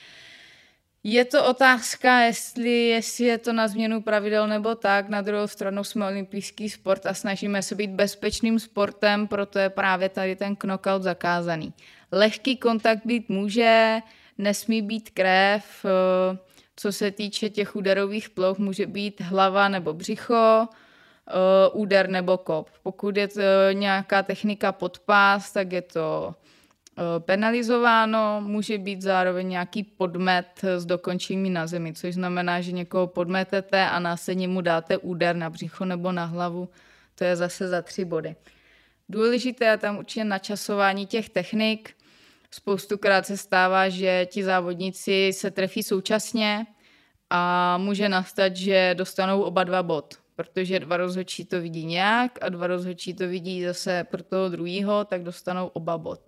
Je to otázka, jestli, jestli je to na změnu pravidel nebo tak. Na druhou stranu jsme olympijský sport a snažíme se být bezpečným sportem, proto je právě tady ten knockout zakázaný. Lehký kontakt být může, nesmí být krev. Co se týče těch úderových ploch, může být hlava nebo břicho, úder nebo kop. Pokud je to nějaká technika pod pás, tak je to penalizováno, může být zároveň nějaký podmet s dokončením na zemi, což znamená, že někoho podmetete a následně mu dáte úder na břicho nebo na hlavu. To je zase za tři body. Důležité je tam určitě načasování těch technik. Spoustukrát se stává, že ti závodníci se trefí současně a může nastat, že dostanou oba dva bod, protože dva rozhodčí to vidí nějak a dva rozhodčí to vidí zase pro toho druhýho, tak dostanou oba bod.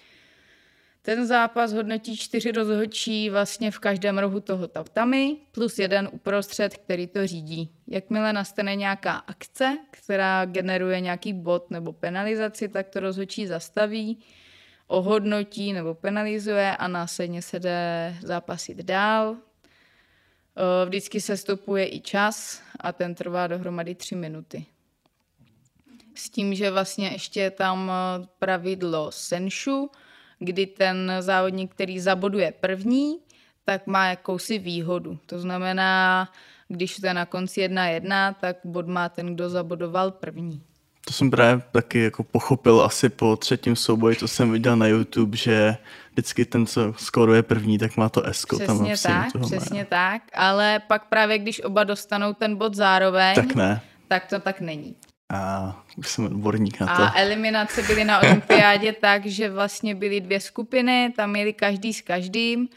Ten zápas hodnotí čtyři rozhodčí vlastně v každém rohu toho tatami, plus jeden uprostřed, který to řídí. Jakmile nastane nějaká akce, která generuje nějaký bod nebo penalizaci, tak to rozhodčí zastaví, ohodnotí nebo penalizuje a následně se jde zápasit dál. Vždycky se stopuje i čas a ten trvá dohromady tři minuty. S tím, že vlastně ještě je tam pravidlo senshu, kdy ten závodník, který zaboduje první, tak má jakousi výhodu. To znamená, když to je na konci jedna jedna, tak bod má ten, kdo zabodoval první. To jsem právě taky jako pochopil asi po třetím souboji, co jsem viděl na YouTube, že vždycky ten, co skóruje první, tak má to esko. Přesně tam tak, přesně má. tak, ale pak právě když oba dostanou ten bod zároveň, tak ne. Tak to tak není. A už jsem odborník na to. A eliminace byly na olympiádě tak, že vlastně byly dvě skupiny, tam měli každý s každým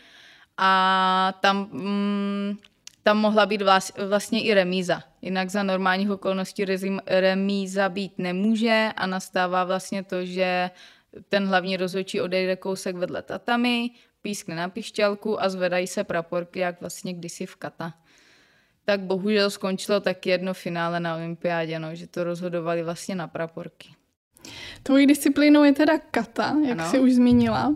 a tam, mm, tam mohla být vlastně i remíza. Jinak za normálních okolností remíza být nemůže a nastává vlastně to, že ten hlavní rozhodčí odejde kousek vedle tatami, pískne na pišťalku a zvedají se praporky, jak vlastně kdysi v kata. Tak bohužel skončilo taky jedno finále na olympiádě, no, že to rozhodovali vlastně na praporky. Tvojí disciplínou je teda kata, jak ano. jsi už zmínila.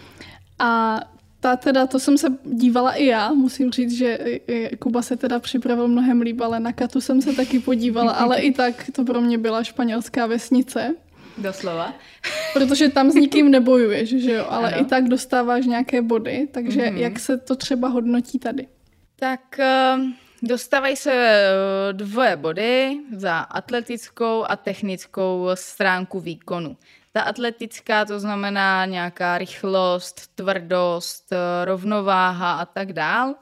A ta teda, to jsem se dívala i já, musím říct, že Kuba se teda připravil mnohem líp, ale na katu jsem se taky podívala, ale i tak to pro mě byla španělská vesnice. Doslova. Protože tam s nikým nebojuješ, že jo, ale ano. i tak dostáváš nějaké body, takže mm-hmm. jak se to třeba hodnotí tady? Tak dostávají se dvoje body za atletickou a technickou stránku výkonu. Ta atletická, to znamená nějaká rychlost, tvrdost, rovnováha a tak dál.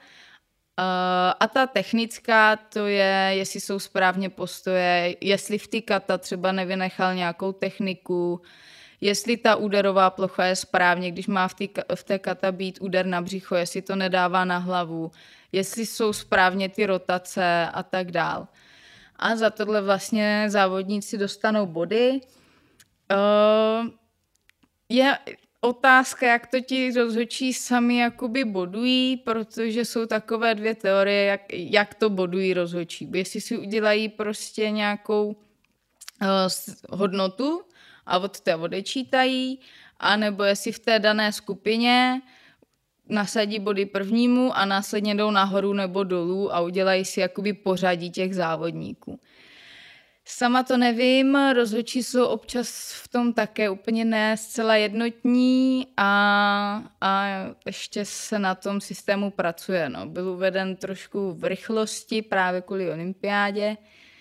A ta technická, to je, jestli jsou správně postoje, jestli v ty kata třeba nevynechal nějakou techniku, jestli ta úderová plocha je správně, když má v, tý, v té kata být úder na břicho, jestli to nedává na hlavu, jestli jsou správně ty rotace a tak dál. A za tohle vlastně závodníci dostanou body. Uh, je otázka, jak to ti rozhodčí sami jakoby bodují, protože jsou takové dvě teorie, jak, jak to bodují rozhodčí. Jestli si udělají prostě nějakou uh, hodnotu a od té odečítají, anebo jestli v té dané skupině nasadí body prvnímu a následně jdou nahoru nebo dolů a udělají si jakoby pořadí těch závodníků. Sama to nevím, rozhodčí jsou občas v tom také úplně ne zcela jednotní a, a ještě se na tom systému pracuje. No. Byl uveden trošku v rychlosti právě kvůli olympiádě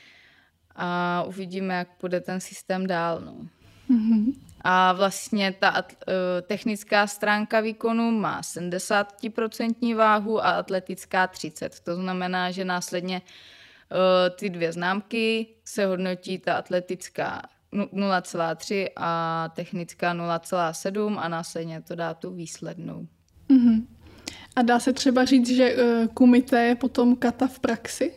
a uvidíme, jak půjde ten systém dál. No. Mm-hmm. A vlastně ta uh, technická stránka výkonu má sedmdesát procent váhu a atletická třicet procent. To znamená, že následně uh, ty dvě známky se hodnotí ta atletická nula celá tři a technická nula celá sedm a následně to dá tu výslednou. Mm-hmm. A dá se třeba říct, že uh, kumite je potom kata v praxi?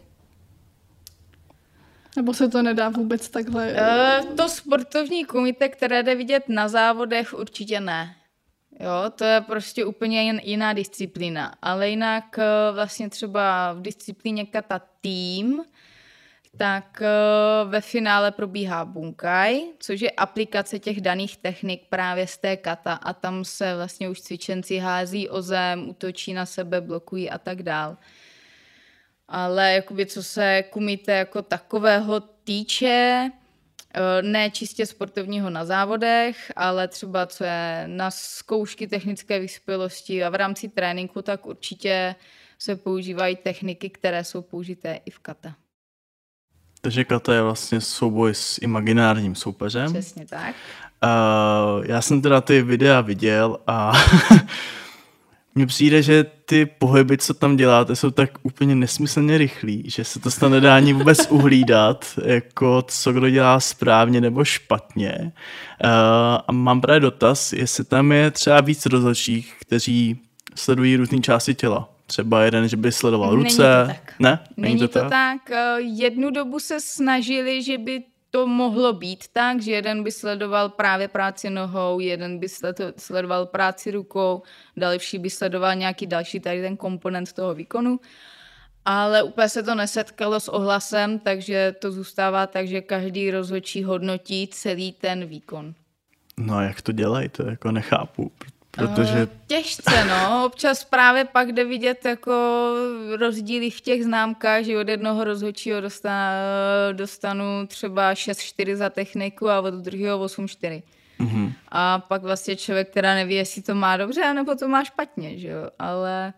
Nebo se to nedá vůbec takhle? Uh, to sportovní kumite, které jde vidět na závodech, určitě ne. Jo, to je prostě úplně jiná disciplína. Ale jinak uh, vlastně třeba v disciplíně kata tým, tak uh, ve finále probíhá bunkai, což je aplikace těch daných technik právě z té kata a tam se vlastně už cvičenci hází o zem, útočí na sebe, blokují a tak dál. Ale jakoby, co se kumite jako takového týče, ne čistě sportovního na závodech, ale třeba co je na zkoušky technické vyspělosti a v rámci tréninku, tak určitě se používají techniky, které jsou použité i v kata. Takže kata je vlastně souboj s imaginárním soupeřem. Přesně tak. Uh, já jsem teda ty videa viděl a mně přijde, že ty pohyby, co tam děláte, jsou tak úplně nesmyslně rychlí, že se to snad nedá ani vůbec uhlídat, jako co kdo dělá správně nebo špatně. Uh, a mám právě dotaz, jestli tam je třeba víc rozhodčích, kteří sledují různé části těla. Třeba jeden, že by sledoval ruce. Není to tak. Ne? Není, Není to, to tak. tak. Jednu dobu se snažili, že by to mohlo být tak, že jeden by sledoval právě práci nohou, jeden by sledoval práci rukou, další by sledoval nějaký další tady ten komponent toho výkonu. Ale úplně se to nesetkalo s ohlasem, takže to zůstává tak, že každý rozhodčí hodnotí celý ten výkon. No a jak to dělají, to jako nechápu. Protože... Těžce, no. Občas právě pak jde vidět jako rozdíly v těch známkách, že od jednoho rozhodčího dostanu, dostanu třeba šest čtyři za techniku a od druhého osm čtyři. Mm-hmm. A pak vlastně člověk, která neví, jestli to má dobře, nebo to má špatně, že jo. Ale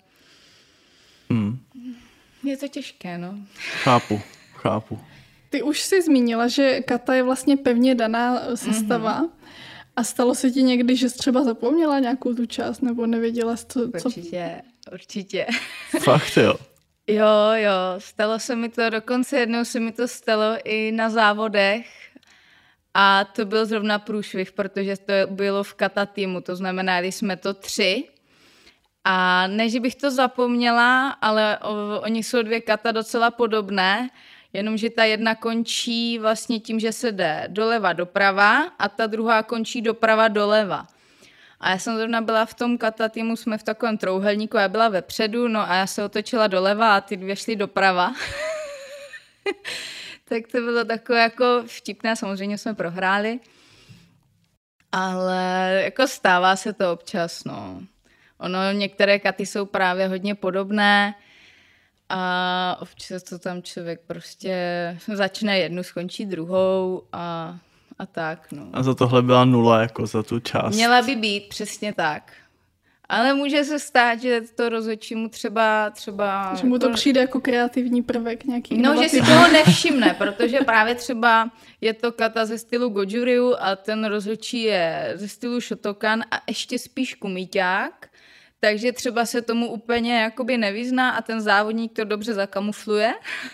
mm. je to těžké, no. Chápu, chápu. Ty už jsi zmínila, že kata je vlastně pevně daná sestava. Mm-hmm. A stalo se ti někdy, že jsi třeba zapomněla nějakou tu část, nebo nevěděla, co... Určitě, určitě. Fakt jo? Jo, jo, stalo se mi to, dokonce jednou se mi to stalo i na závodech, A to byl zrovna průšvih, protože to bylo v kata týmu, to znamená, že jsme to tři. A ne, že bych to zapomněla, ale o, oni jsou dvě kata docela podobné, jenomže ta jedna končí vlastně tím, že se jde doleva doprava a ta druhá končí doprava doleva. A já jsem zrovna byla v tom kata týmu, jsme v takovém trouhelníku, já byla vepředu, no a já se otočila doleva a ty dvě šly doprava. Tak to bylo takové jako vtipné, samozřejmě jsme prohráli, ale jako stává se to občas, no. Ono, některé katy jsou právě hodně podobné a občas to tam člověk prostě začne jednu, skončí druhou a, a tak, no. A za tohle byla nula, jako za tu část. Měla by být, přesně tak. Ale může se stát, že to rozhodčímu třeba... třeba že mu to jako... přijde jako kreativní prvek nějaký. No, že si toho nevšimne, protože právě třeba je to kata ze stylu Goju-ryu a ten rozhodčí je ze stylu Shotokan a ještě spíš kumiťák, takže třeba se tomu úplně jakoby nevyzná a ten závodník to dobře zakamufluje,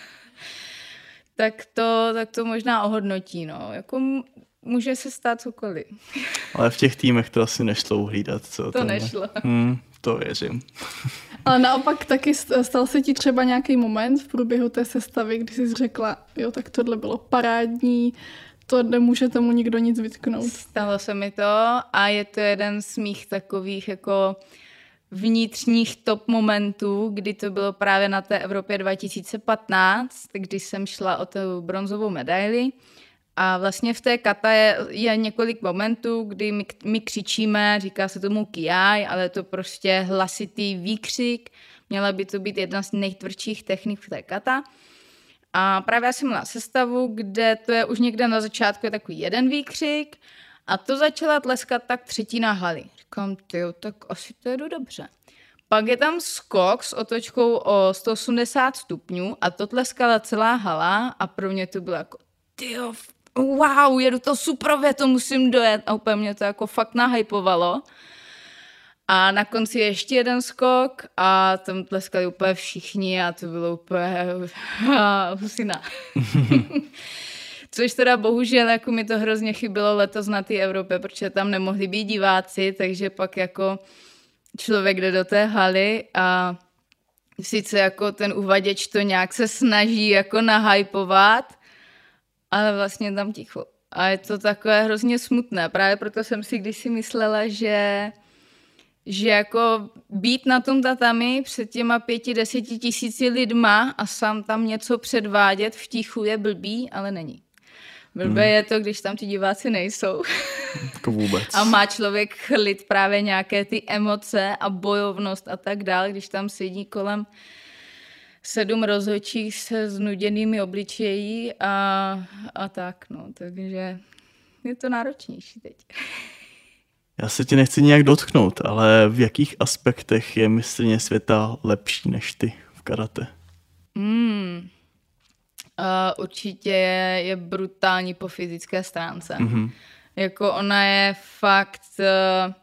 tak to, tak to možná ohodnotí, no. Jako může se stát cokoliv. Ale v těch týmech to asi nešlo uhlídat, co? To tam nešlo. Hmm, to věřím. Ale naopak taky stal se ti třeba nějaký moment v průběhu té sestavy, kdy jsi řekla, jo, tak tohle bylo parádní, to nemůže tomu nikdo nic vytknout. Stalo se mi to a je to jeden z mých takových jako vnitřních top momentů, kdy to bylo právě na té Evropě dva tisíce patnáct, kdy jsem šla o tu bronzovou medaili. A vlastně v té kata je, je několik momentů, kdy my, my křičíme, říká se tomu kiai, ale je to prostě hlasitý výkřik. Měla by to být jedna z nejtvrdších technik v té kata. A právě já jsem měla sestavu, kde to je už někde na začátku je takový jeden výkřik a to začala tleskat tak třetina haly. Říkám, tyjo, tak asi to jedu dobře. Pak je tam skok s otočkou o sto osmdesát stupňů a to tleskala celá hala a pro mě to bylo jako, tyjo, wow, jedu to suprově, to musím dojet. A úplně mě to jako fakt nahypovalo. A na konci ještě jeden skok a tam tleskali úplně všichni a to bylo úplně husina. Což teda bohužel jako mi to hrozně chybilo letos na té Evropě, protože tam nemohli být diváci, takže pak jako člověk jde do té haly a sice jako ten uvaděč to nějak se snaží jako nahypovat, ale vlastně tam ticho. A je to takové hrozně smutné. Právě proto jsem si kdysi myslela, že, že jako být na tom tatami před těma pěti, deseti tisíci lidma a sám tam něco předvádět v tichu je blbý, ale není. Blbé hmm. je to, když tam ti diváci nejsou. Jako vůbec. A má člověk chrlit právě nějaké ty emoce a bojovnost a tak dále, když tam sedí kolem sedm rozhodčích se znuděnými obličejí a, a tak, no, takže je to náročnější teď. Já se ti nechci nějak dotknout, ale v jakých aspektech je mistryně světa lepší než ty v karate? Hmm. Uh, určitě je, je brutální po fyzické stránce. Mm-hmm. Jako ona je fakt uh,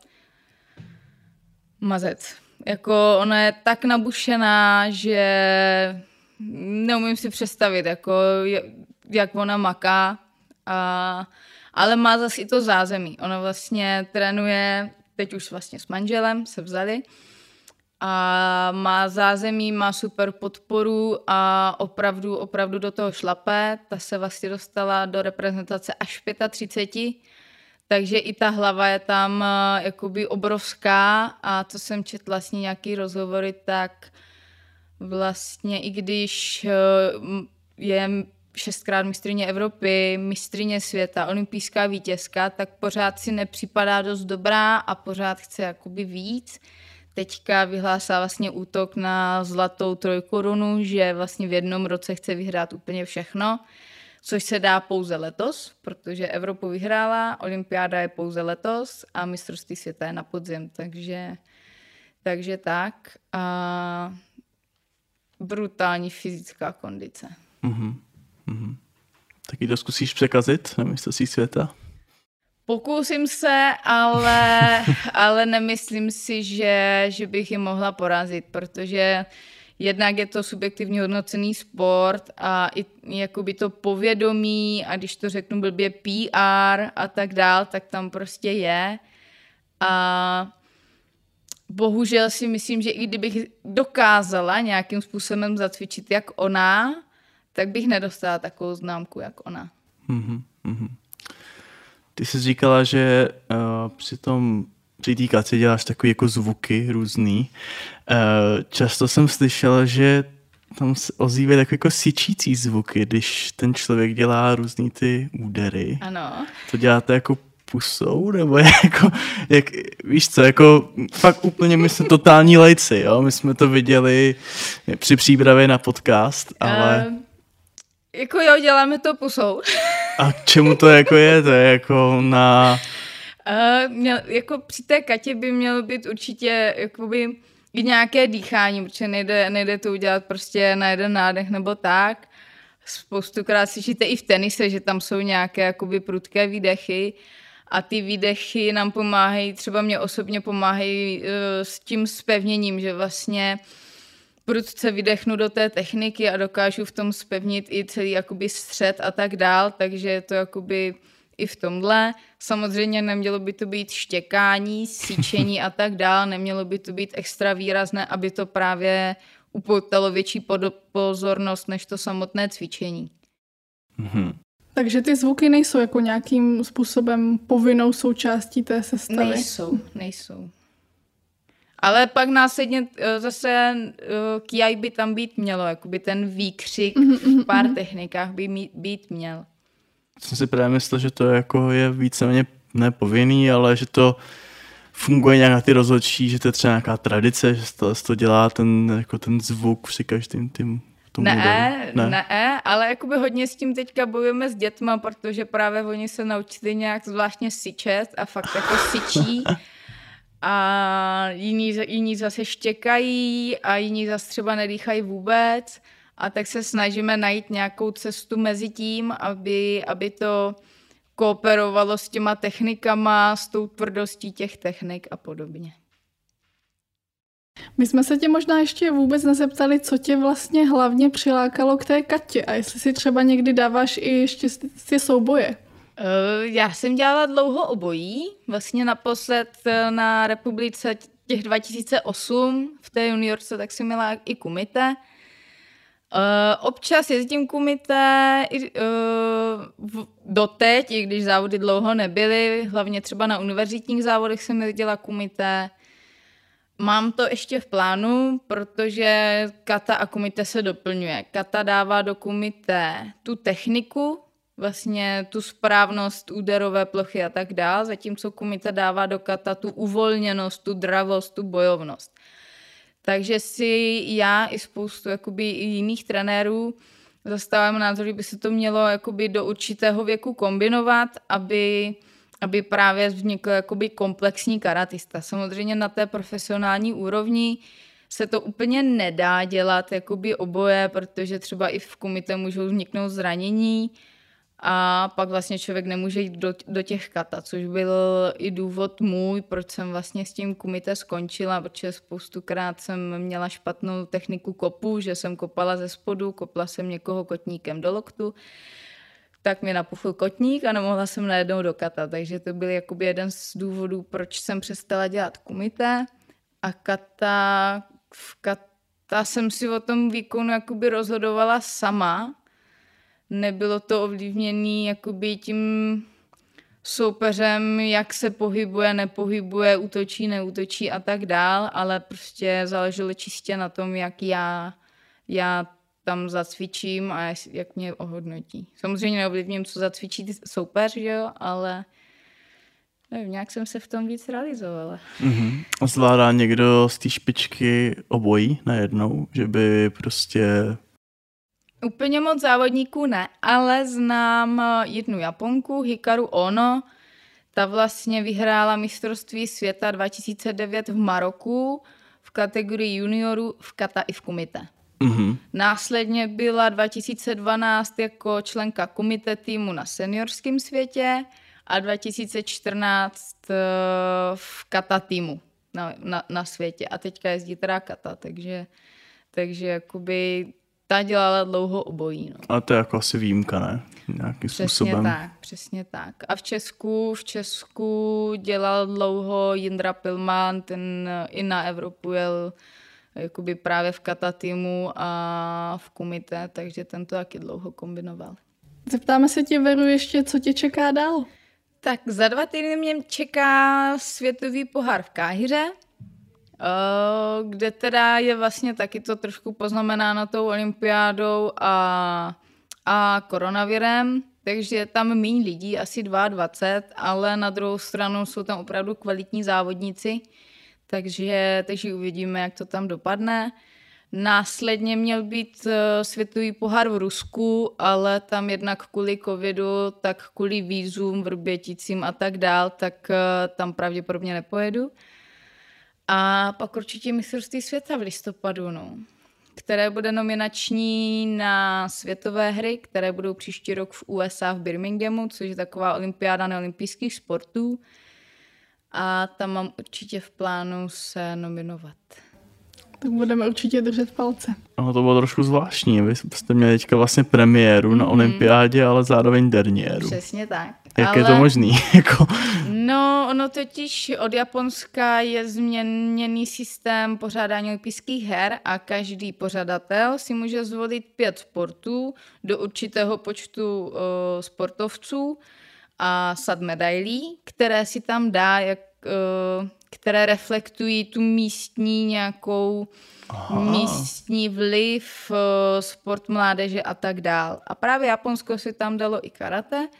mazec. Jako ona je tak nabušená, že neumím si představit, jako jak ona maká, a, ale má zase i to zázemí. Ona vlastně trénuje, teď už vlastně s manželem se vzali, a má zázemí, má super podporu a opravdu, opravdu do toho šlape. Ta se vlastně dostala do reprezentace až v třiceti pěti, takže i ta hlava je tam uh, jakoby obrovská a to jsem četla vlastně nějaký rozhovory, tak vlastně i když uh, je šestkrát mistryně Evropy, mistryně světa, olympijská vítězka, tak pořád si nepřipadá dost dobrá a pořád chce jakoby víc. Teďka vyhlásila vlastně útok na zlatou trojkorunu, že vlastně v jednom roce chce vyhrát úplně všechno, což se dá pouze letos, protože Evropu vyhrála, olympiáda je pouze letos a mistrovství světa je na podzim, takže, takže tak. A brutální fyzická kondice. Mm-hmm. Mm-hmm. Taky to zkusíš překazit na mistrovství světa? Pokusím se, ale, ale nemyslím si, že, že bych ji mohla porazit, protože jednak je to subjektivně hodnocený sport a i jakoby to povědomí a když to řeknu blbě P R a tak dál, tak tam prostě je. A bohužel si myslím, že i kdybych dokázala nějakým způsobem zacvičit jak ona, tak bych nedostala takovou známku jak ona. Mm-hmm, mm-hmm. Ty jsi říkala, že uh, při tom při té kaci děláš takový jako zvuky různý. Uh, často jsem slyšel, že tam se ozývají takové jako syčící zvuky, když ten člověk dělá různý ty údery. Ano. To děláte jako pusou, nebo jako, jak, víš co, jako fakt úplně my jsme totální lejci, jo, my jsme to viděli při přípravě na podcast, ale... Uh, jako jo, děláme to pusou. A k čemu to jako je, to je jako na... Uh, měl, jako při té Katě by mělo být určitě jakoby i nějaké dýchání, protože nejde, nejde to udělat prostě na jeden nádech nebo tak. Spoustukrát slyšíte i v tenise, že tam jsou nějaké jakoby prudké výdechy a ty výdechy nám pomáhají, třeba mě osobně pomáhají uh, s tím zpevněním, že vlastně prudce vydechnu do té techniky a dokážu v tom zpevnit i celý jakoby střed a tak dál, takže je to jakoby i v tomhle. Samozřejmě nemělo by to být štěkání, síčení a tak dál, nemělo by to být extra výrazné, aby to právě upoutalo větší pozornost než to samotné cvičení. Mm-hmm. Takže ty zvuky nejsou jako nějakým způsobem povinnou součástí té sestavy? Nejsou, nejsou. Ale pak následně zase kiaj by tam být mělo, jakoby ten výkřik mm-hmm, v pár mm-hmm. technikách by mít, být měl. Jsem si právě myslel, že to jako je víceméně nepovinný, ale že to funguje nějak na ty rozhodčí, že to je třeba nějaká tradice, že to, to dělá ten, jako ten zvuk při každým tím tomu ne, ne, ne, ale jakoby hodně s tím teďka bojujeme s dětma, protože právě oni se naučili nějak zvláštně syčet a fakt jako syčí. A jiní, jiní zase štěkají a jiní zase třeba nedýchají vůbec. A tak se snažíme najít nějakou cestu mezi tím, aby, aby to kooperovalo s těma technikama, s tou tvrdostí těch technik a podobně. My jsme se tě možná ještě vůbec nezeptali, co tě vlastně hlavně přilákalo k té Katě a jestli si třeba někdy dáváš i ještě ty souboje. Já jsem dělala dlouho obojí, vlastně naposled na republice těch dva tisíce osm v té juniorce, tak jsem měla i kumite. Uh, občas jezdím kumite uh, doteď, i když závody dlouho nebyly, hlavně třeba na univerzitních závodech jsem jezdila kumite. Mám to ještě v plánu, protože kata a kumite se doplňuje. Kata dává do kumite tu techniku, vlastně tu správnost úderové plochy a tak dál, zatímco kumite dává do kata tu uvolněnost, tu dravost, tu bojovnost. Takže si já i spoustu jakoby, i jiných trenérů zastávám názor, že by se to mělo jakoby, do určitého věku kombinovat, aby, aby právě vznikl jakoby, komplexní karatista. Samozřejmě na té profesionální úrovni se to úplně nedá dělat jakoby, oboje, protože třeba i v kumite můžou vzniknout zranění a pak vlastně člověk nemůže jít do, do těch kata, což byl i důvod můj, proč jsem vlastně s tím kumite skončila, protože spoustukrát jsem měla špatnou techniku kopu, že jsem kopala ze spodu, kopla jsem někoho kotníkem do loktu, tak mi napuchl kotník a nemohla jsem najednou do kata, takže to byl jakoby jeden z důvodů, proč jsem přestala dělat kumite a kata, v kata jsem si o tom výkonu jakoby rozhodovala sama. Nebylo to ovlivněné jakoby tím soupeřem, jak se pohybuje, nepohybuje, útočí, neútočí a tak dál, ale prostě záleželo čistě na tom, jak já, já tam zacvičím a jak mě ohodnotí. Samozřejmě neovlivním, co zacvičí soupeř, že jo, ale nevím, nějak jsem se v tom víc realizovala. Mm-hmm. A zvládá někdo z té špičky obojí najednou, že by prostě... Úplně moc závodníků ne, ale znám jednu Japonku, Hikaru Ono. Ta vlastně vyhrála mistrovství světa dva tisíce devět v Maroku v kategorii juniorů v kata i v kumite. Mm-hmm. Následně byla dva tisíce dvanáct jako členka kumite týmu na seniorském světě a dva tisíce čtrnáct v kata týmu na, na, na světě. A teďka jezdí teda kata, takže Takže jakoby ta dělala dlouho obojí. No. Ale to je jako asi výjimka, ne? Nějakým přesně způsobem. tak, přesně tak. A v Česku, v Česku dělal dlouho Jindra Pilman, ten i na Evropu jel jakoby právě v kata týmu a v kumite, takže ten to taky dlouho kombinoval. Zeptáme se tě, Veru, ještě, co tě čeká dál? Tak za dva týdny mě čeká světový pohár v Káhiře, kde teda je vlastně taky to trošku poznamenáno tou olympiádou a, a koronavirem, takže je tam méně lidí, asi dvacet dva, ale na druhou stranu jsou tam opravdu kvalitní závodníci, takže, takže uvidíme, jak to tam dopadne. Následně měl být světový pohár v Rusku, ale tam jednak kvůli covidu, tak kvůli vízům, Vrběticím a tak dál, tak tam pravděpodobně nepojedu. A pak určitě mistrovství světa v listopadu, no, které bude nominační na světové hry, které budou příští rok v U S A v Birminghamu, což je taková olympiáda neolympijských sportů. A tam mám určitě v plánu se nominovat. Tak budeme určitě držet palce. No, to bylo trošku zvláštní. Vy jste měli teďka vlastně premiéru mm-hmm. na olympiádě, ale zároveň derniéru. Přesně tak. Jak ale... je to možný? jako... No, ono totiž od Japonska je změněný systém pořádání olympijských her a každý pořadatel si může zvolit pět sportů do určitého počtu uh, sportovců a sad medailí, které si tam dá, jak, uh, které reflektují tu místní nějakou Aha. místní vliv, uh, sport mládeže a tak dál. A právě Japonsko si tam dalo i karate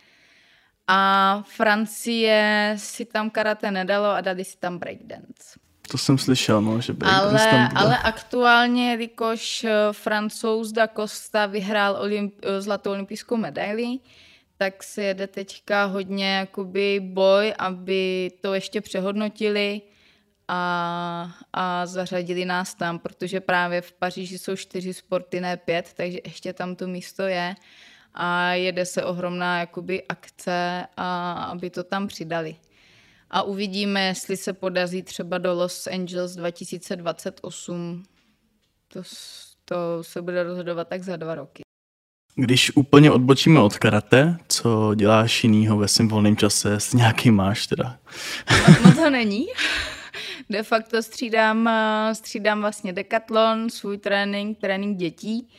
a Francie si tam karate nedalo a dali si tam breakdance. To jsem slyšel, no, že breakdance ale, tam bude. ale aktuálně, jelikož Francouz da Costa vyhrál olymp- zlatou olympijskou medaili, tak se jede teďka hodně jakoby boj, aby to ještě přehodnotili a, a zařadili nás tam, protože právě v Paříži jsou čtyři sporty, ne pět, takže ještě tam to místo je a jede se ohromná jakoby akce, a aby to tam přidali. A uvidíme, jestli se podaří třeba do Los Angeles dva tisíce dvacet osm. To, to se bude rozhodovat tak za dva roky. Když úplně odbočíme od karate, co děláš jinýho ve svém volném čase? Jestli nějaký máš teda? No, no to není. De facto střídám, střídám vlastně dekatlon, svůj trénink, trénink dětí.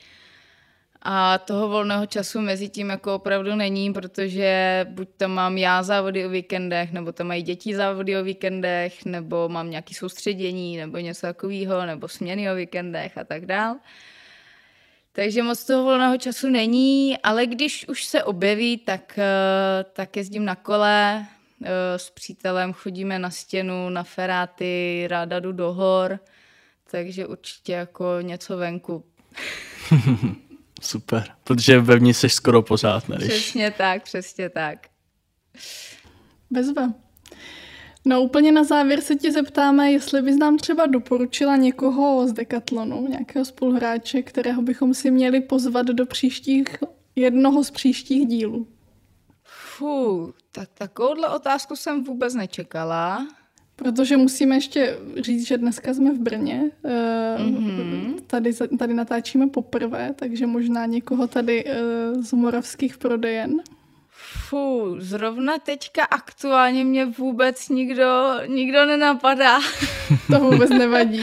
A toho volného času mezi tím jako opravdu není, protože buď tam mám já závody o víkendech, nebo tam mají děti závody o víkendech, nebo mám nějaké soustředění, nebo něco takového, nebo směny o víkendech a tak dál. Takže moc toho volného času není, ale když už se objeví, tak, tak jezdím na kole, s přítelem chodíme na stěnu, na feráty, ráda jdu do hor, takže určitě jako něco venku. Super, protože vevnitř seš skoro pořád, ne? Přesně tak, přesně tak. Bezva. No úplně na závěr se tě zeptáme, jestli bys nám třeba doporučila někoho z Decathlonu, nějakého spoluhráče, kterého bychom si měli pozvat do příštích, jednoho z příštích dílů. Fú, tak takovouhle otázku jsem vůbec nečekala. Protože musíme ještě říct, že dneska jsme v Brně. Mm-hmm. Tady, tady natáčíme poprvé, takže možná někoho tady z moravských prodejen. Fú, zrovna teďka aktuálně mě vůbec nikdo, nikdo nenapadá. To vůbec nevadí.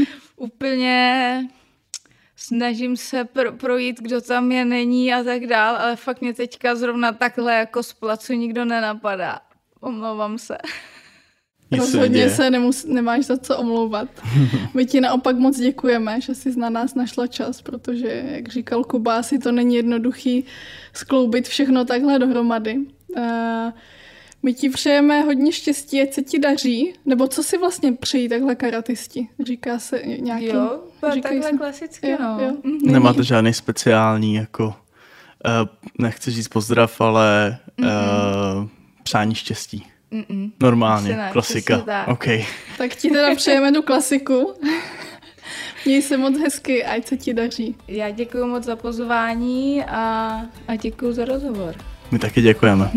Úplně snažím se pro, projít, kdo tam je, není a tak dál, ale fakt mě teďka zrovna takhle jako z placu nikdo nenapadá. Omlouvám se. Rozhodně se nemus, nemáš za co omlouvat. My ti naopak moc děkujeme, že jsi na nás našla čas, protože, jak říkal Kuba, asi to není jednoduchý skloubit všechno takhle dohromady. Uh, my ti přejeme hodně štěstí, ať se ti daří. Nebo co si vlastně přejí takhle karatisti? Říká se nějaký... Jo, takhle se... klasicky, jo, no. Jo. Nemáte žádný speciální, jako, uh, nechci říct pozdrav, ale uh, přání štěstí. Mm-mm. Normálně, ne, klasika. Okay. Tak ti teda přejeme tu klasiku. Měj se moc hezky, ať se ti daří. Já děkuji moc za pozvání a, a děkuji za rozhovor. My taky děkujeme.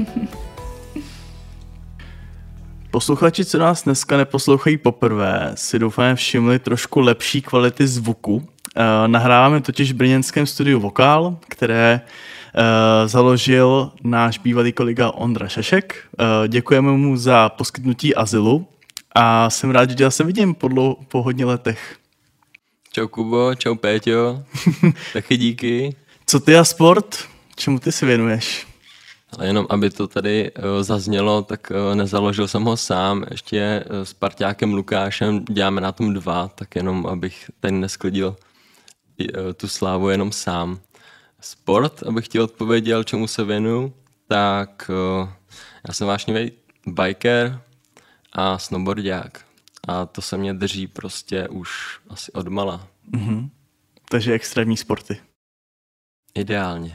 Posluchači, co nás dneska neposlouchají poprvé, si doufám všimli trošku lepší kvality zvuku Nahráváme totiž v brněnském studiu Vokál, které založil náš bývalý kolega Ondra Šešek. Děkujeme mu za poskytnutí azylu a jsem rád, že tě zase vidím po, dlou, po hodně letech. Čau Kubo, čau Péťo, taky díky. Co ty a sport? Čemu ty se věnuješ? Ale jenom aby to tady uh, zaznělo, tak uh, nezaložil jsem ho sám, ještě uh, s parťákem Lukášem děláme na tom dva, tak jenom abych tady nesklidil uh, tu slávu jenom sám. Sport, abych ti odpověděl, čemu se věnuju, tak uh, já jsem vášnivý biker a snowboardák. A to se mě drží prostě už asi odmala. Mm-hmm. Takže extrémní sporty. Ideálně.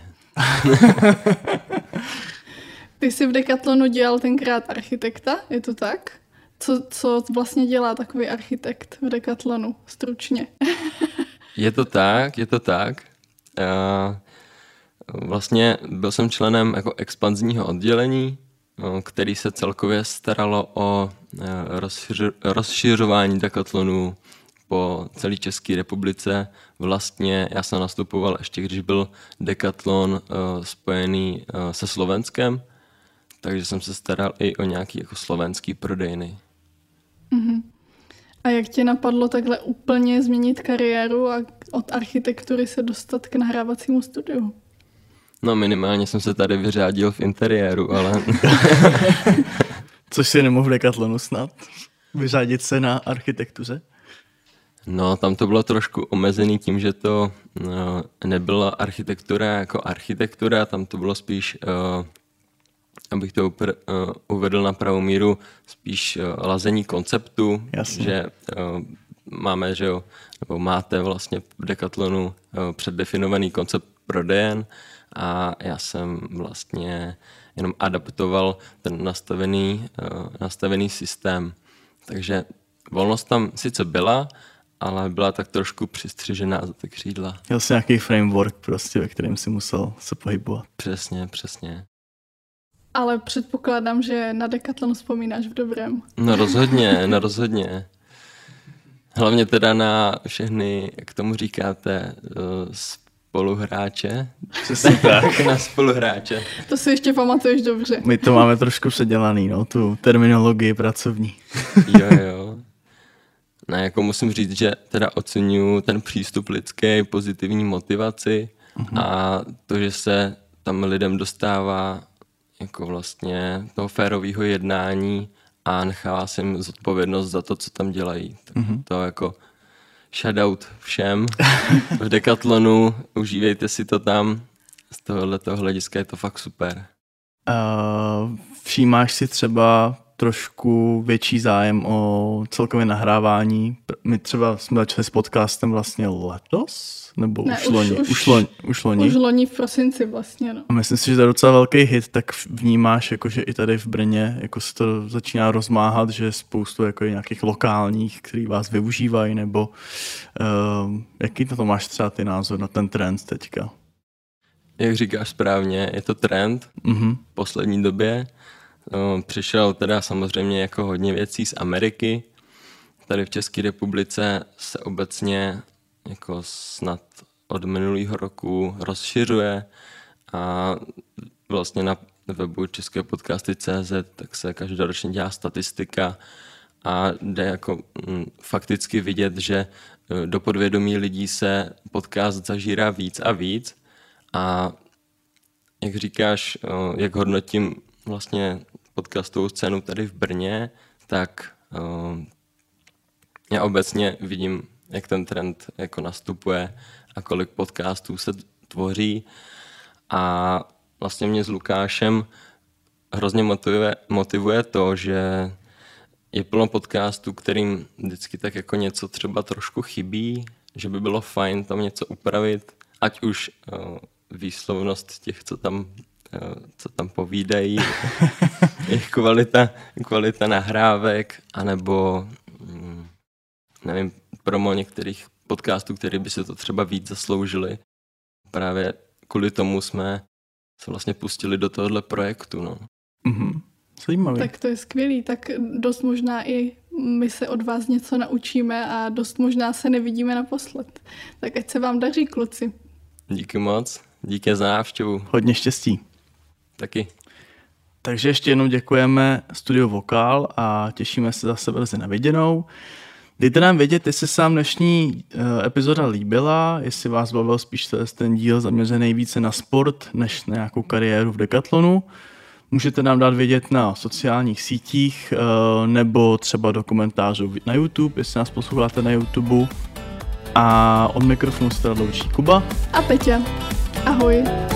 Ty jsi v Decathlonu dělal tenkrát architekta, je to tak? Co, co vlastně dělá takový architekt v Decathlonu, stručně? Je to tak, je to tak. Uh, vlastně byl jsem členem jako expanzního oddělení, který se celkově staralo o rozšiř, rozšiřování Decathlonu po celé České republice. Vlastně já jsem nastupoval ještě, když byl Decathlon uh, spojený uh, se Slovenskem, takže jsem se staral i o nějaký jako slovenský prodejny. Uh-huh. A jak tě napadlo takhle úplně změnit kariéru a od architektury se dostat k nahrávacímu studiu? No minimálně jsem se tady vyřádil v interiéru, ale... Což si nemohl v Decathlonu snad? Vyřádit se na architektuře? No, tam to bylo trošku omezený tím, že to no, nebyla architektura jako architektura, tam to bylo spíš, uh, abych to upr, uh, uvedl na pravou míru, spíš uh, lazení konceptu. Jasně. Že uh, máme, že jo, nebo máte vlastně v Decathlonu uh, předdefinovaný koncept prodejen a já jsem vlastně jenom adaptoval ten nastavený, uh, nastavený systém. Takže volnost tam sice byla, ale byla tak trošku přistřižená za ty křídla. Měl jsi nějaký framework prostě, ve kterém si musel se pohybovat. Přesně, přesně. Ale předpokládám, že na Decathlon vzpomínáš v dobrém. No rozhodně, no rozhodně. Hlavně teda na všechny, jak tomu říkáte, spoluhráče. Přesně tak. Na spoluhráče. To si ještě pamatuješ dobře. My to máme trošku předělaný, no, tu terminologii pracovní. Jo, jo. No, jako musím říct, že teda oceňuji ten přístup lidský, pozitivní motivaci uh-huh. a to, že se tam lidem dostává jako vlastně toho férového jednání a nechává se jim zodpovědnost za to, co tam dělají. Tak uh-huh. to jako shoutout všem v Decathlonu, užívejte si to tam, z tohoto hlediska je to fakt super. Uh, všímáš si třeba trošku větší zájem o celkové nahrávání. My třeba jsme začali s podcastem vlastně letos? Nebo ne, už, loni? Už, už, loni, už loni? Už loni v prosinci vlastně, no. A myslím si, že to je docela velký hit, tak vnímáš, jako, že i tady v Brně jako se to začíná rozmáhat, že je spoustu jako nějakých lokálních, který vás využívají, nebo uh, jaký to máš třeba ty názor na ten trend teďka? Jak říkáš správně, je to trend mm-hmm. v poslední době. Přišel teda samozřejmě jako hodně věcí z Ameriky. Tady v České republice se obecně jako snad od minulého roku rozšiřuje a vlastně na webu české podcasty tečka cé zet tak se každoročně dělá statistika a jde jako m, fakticky vidět, že do podvědomí lidí se podcast zažírá víc a víc a jak říkáš, jak hodnotím vlastně podcastovou scénu tady v Brně, tak uh, já obecně vidím, jak ten trend jako nastupuje a kolik podcastů se tvoří a vlastně mě s Lukášem hrozně motivuje, motivuje to, že je plno podcastů, kterým vždycky tak jako něco třeba trošku chybí, že by bylo fajn tam něco upravit, ať už uh, výslovnost těch, co tam co tam povídají, jejich kvalita, kvalita nahrávek, anebo nevím, promo některých podcastů, který by se to třeba víc zasloužili. Právě kvůli tomu jsme se vlastně pustili do tohohle projektu. No. Mm-hmm. Zajímavý. Tak to je skvělý, tak dost možná i my se od vás něco naučíme a dost možná se nevidíme naposled. Tak ať se vám daří, kluci. Díky moc, díky za návštěvu. Hodně štěstí. Taky. Takže ještě jednou děkujeme Studio Vokál a těšíme se zase brzy na viděnou. Dejte nám vědět, jestli se vám dnešní epizoda líbila, jestli vás bavil spíš ten díl zaměřený více na sport, než na nějakou kariéru v Decathlonu. Můžete nám dát vědět na sociálních sítích nebo třeba do komentářů na YouTube, jestli nás posloucháte na YouTube. A od mikrofonu se teda loučí Kuba a Peťa. Ahoj.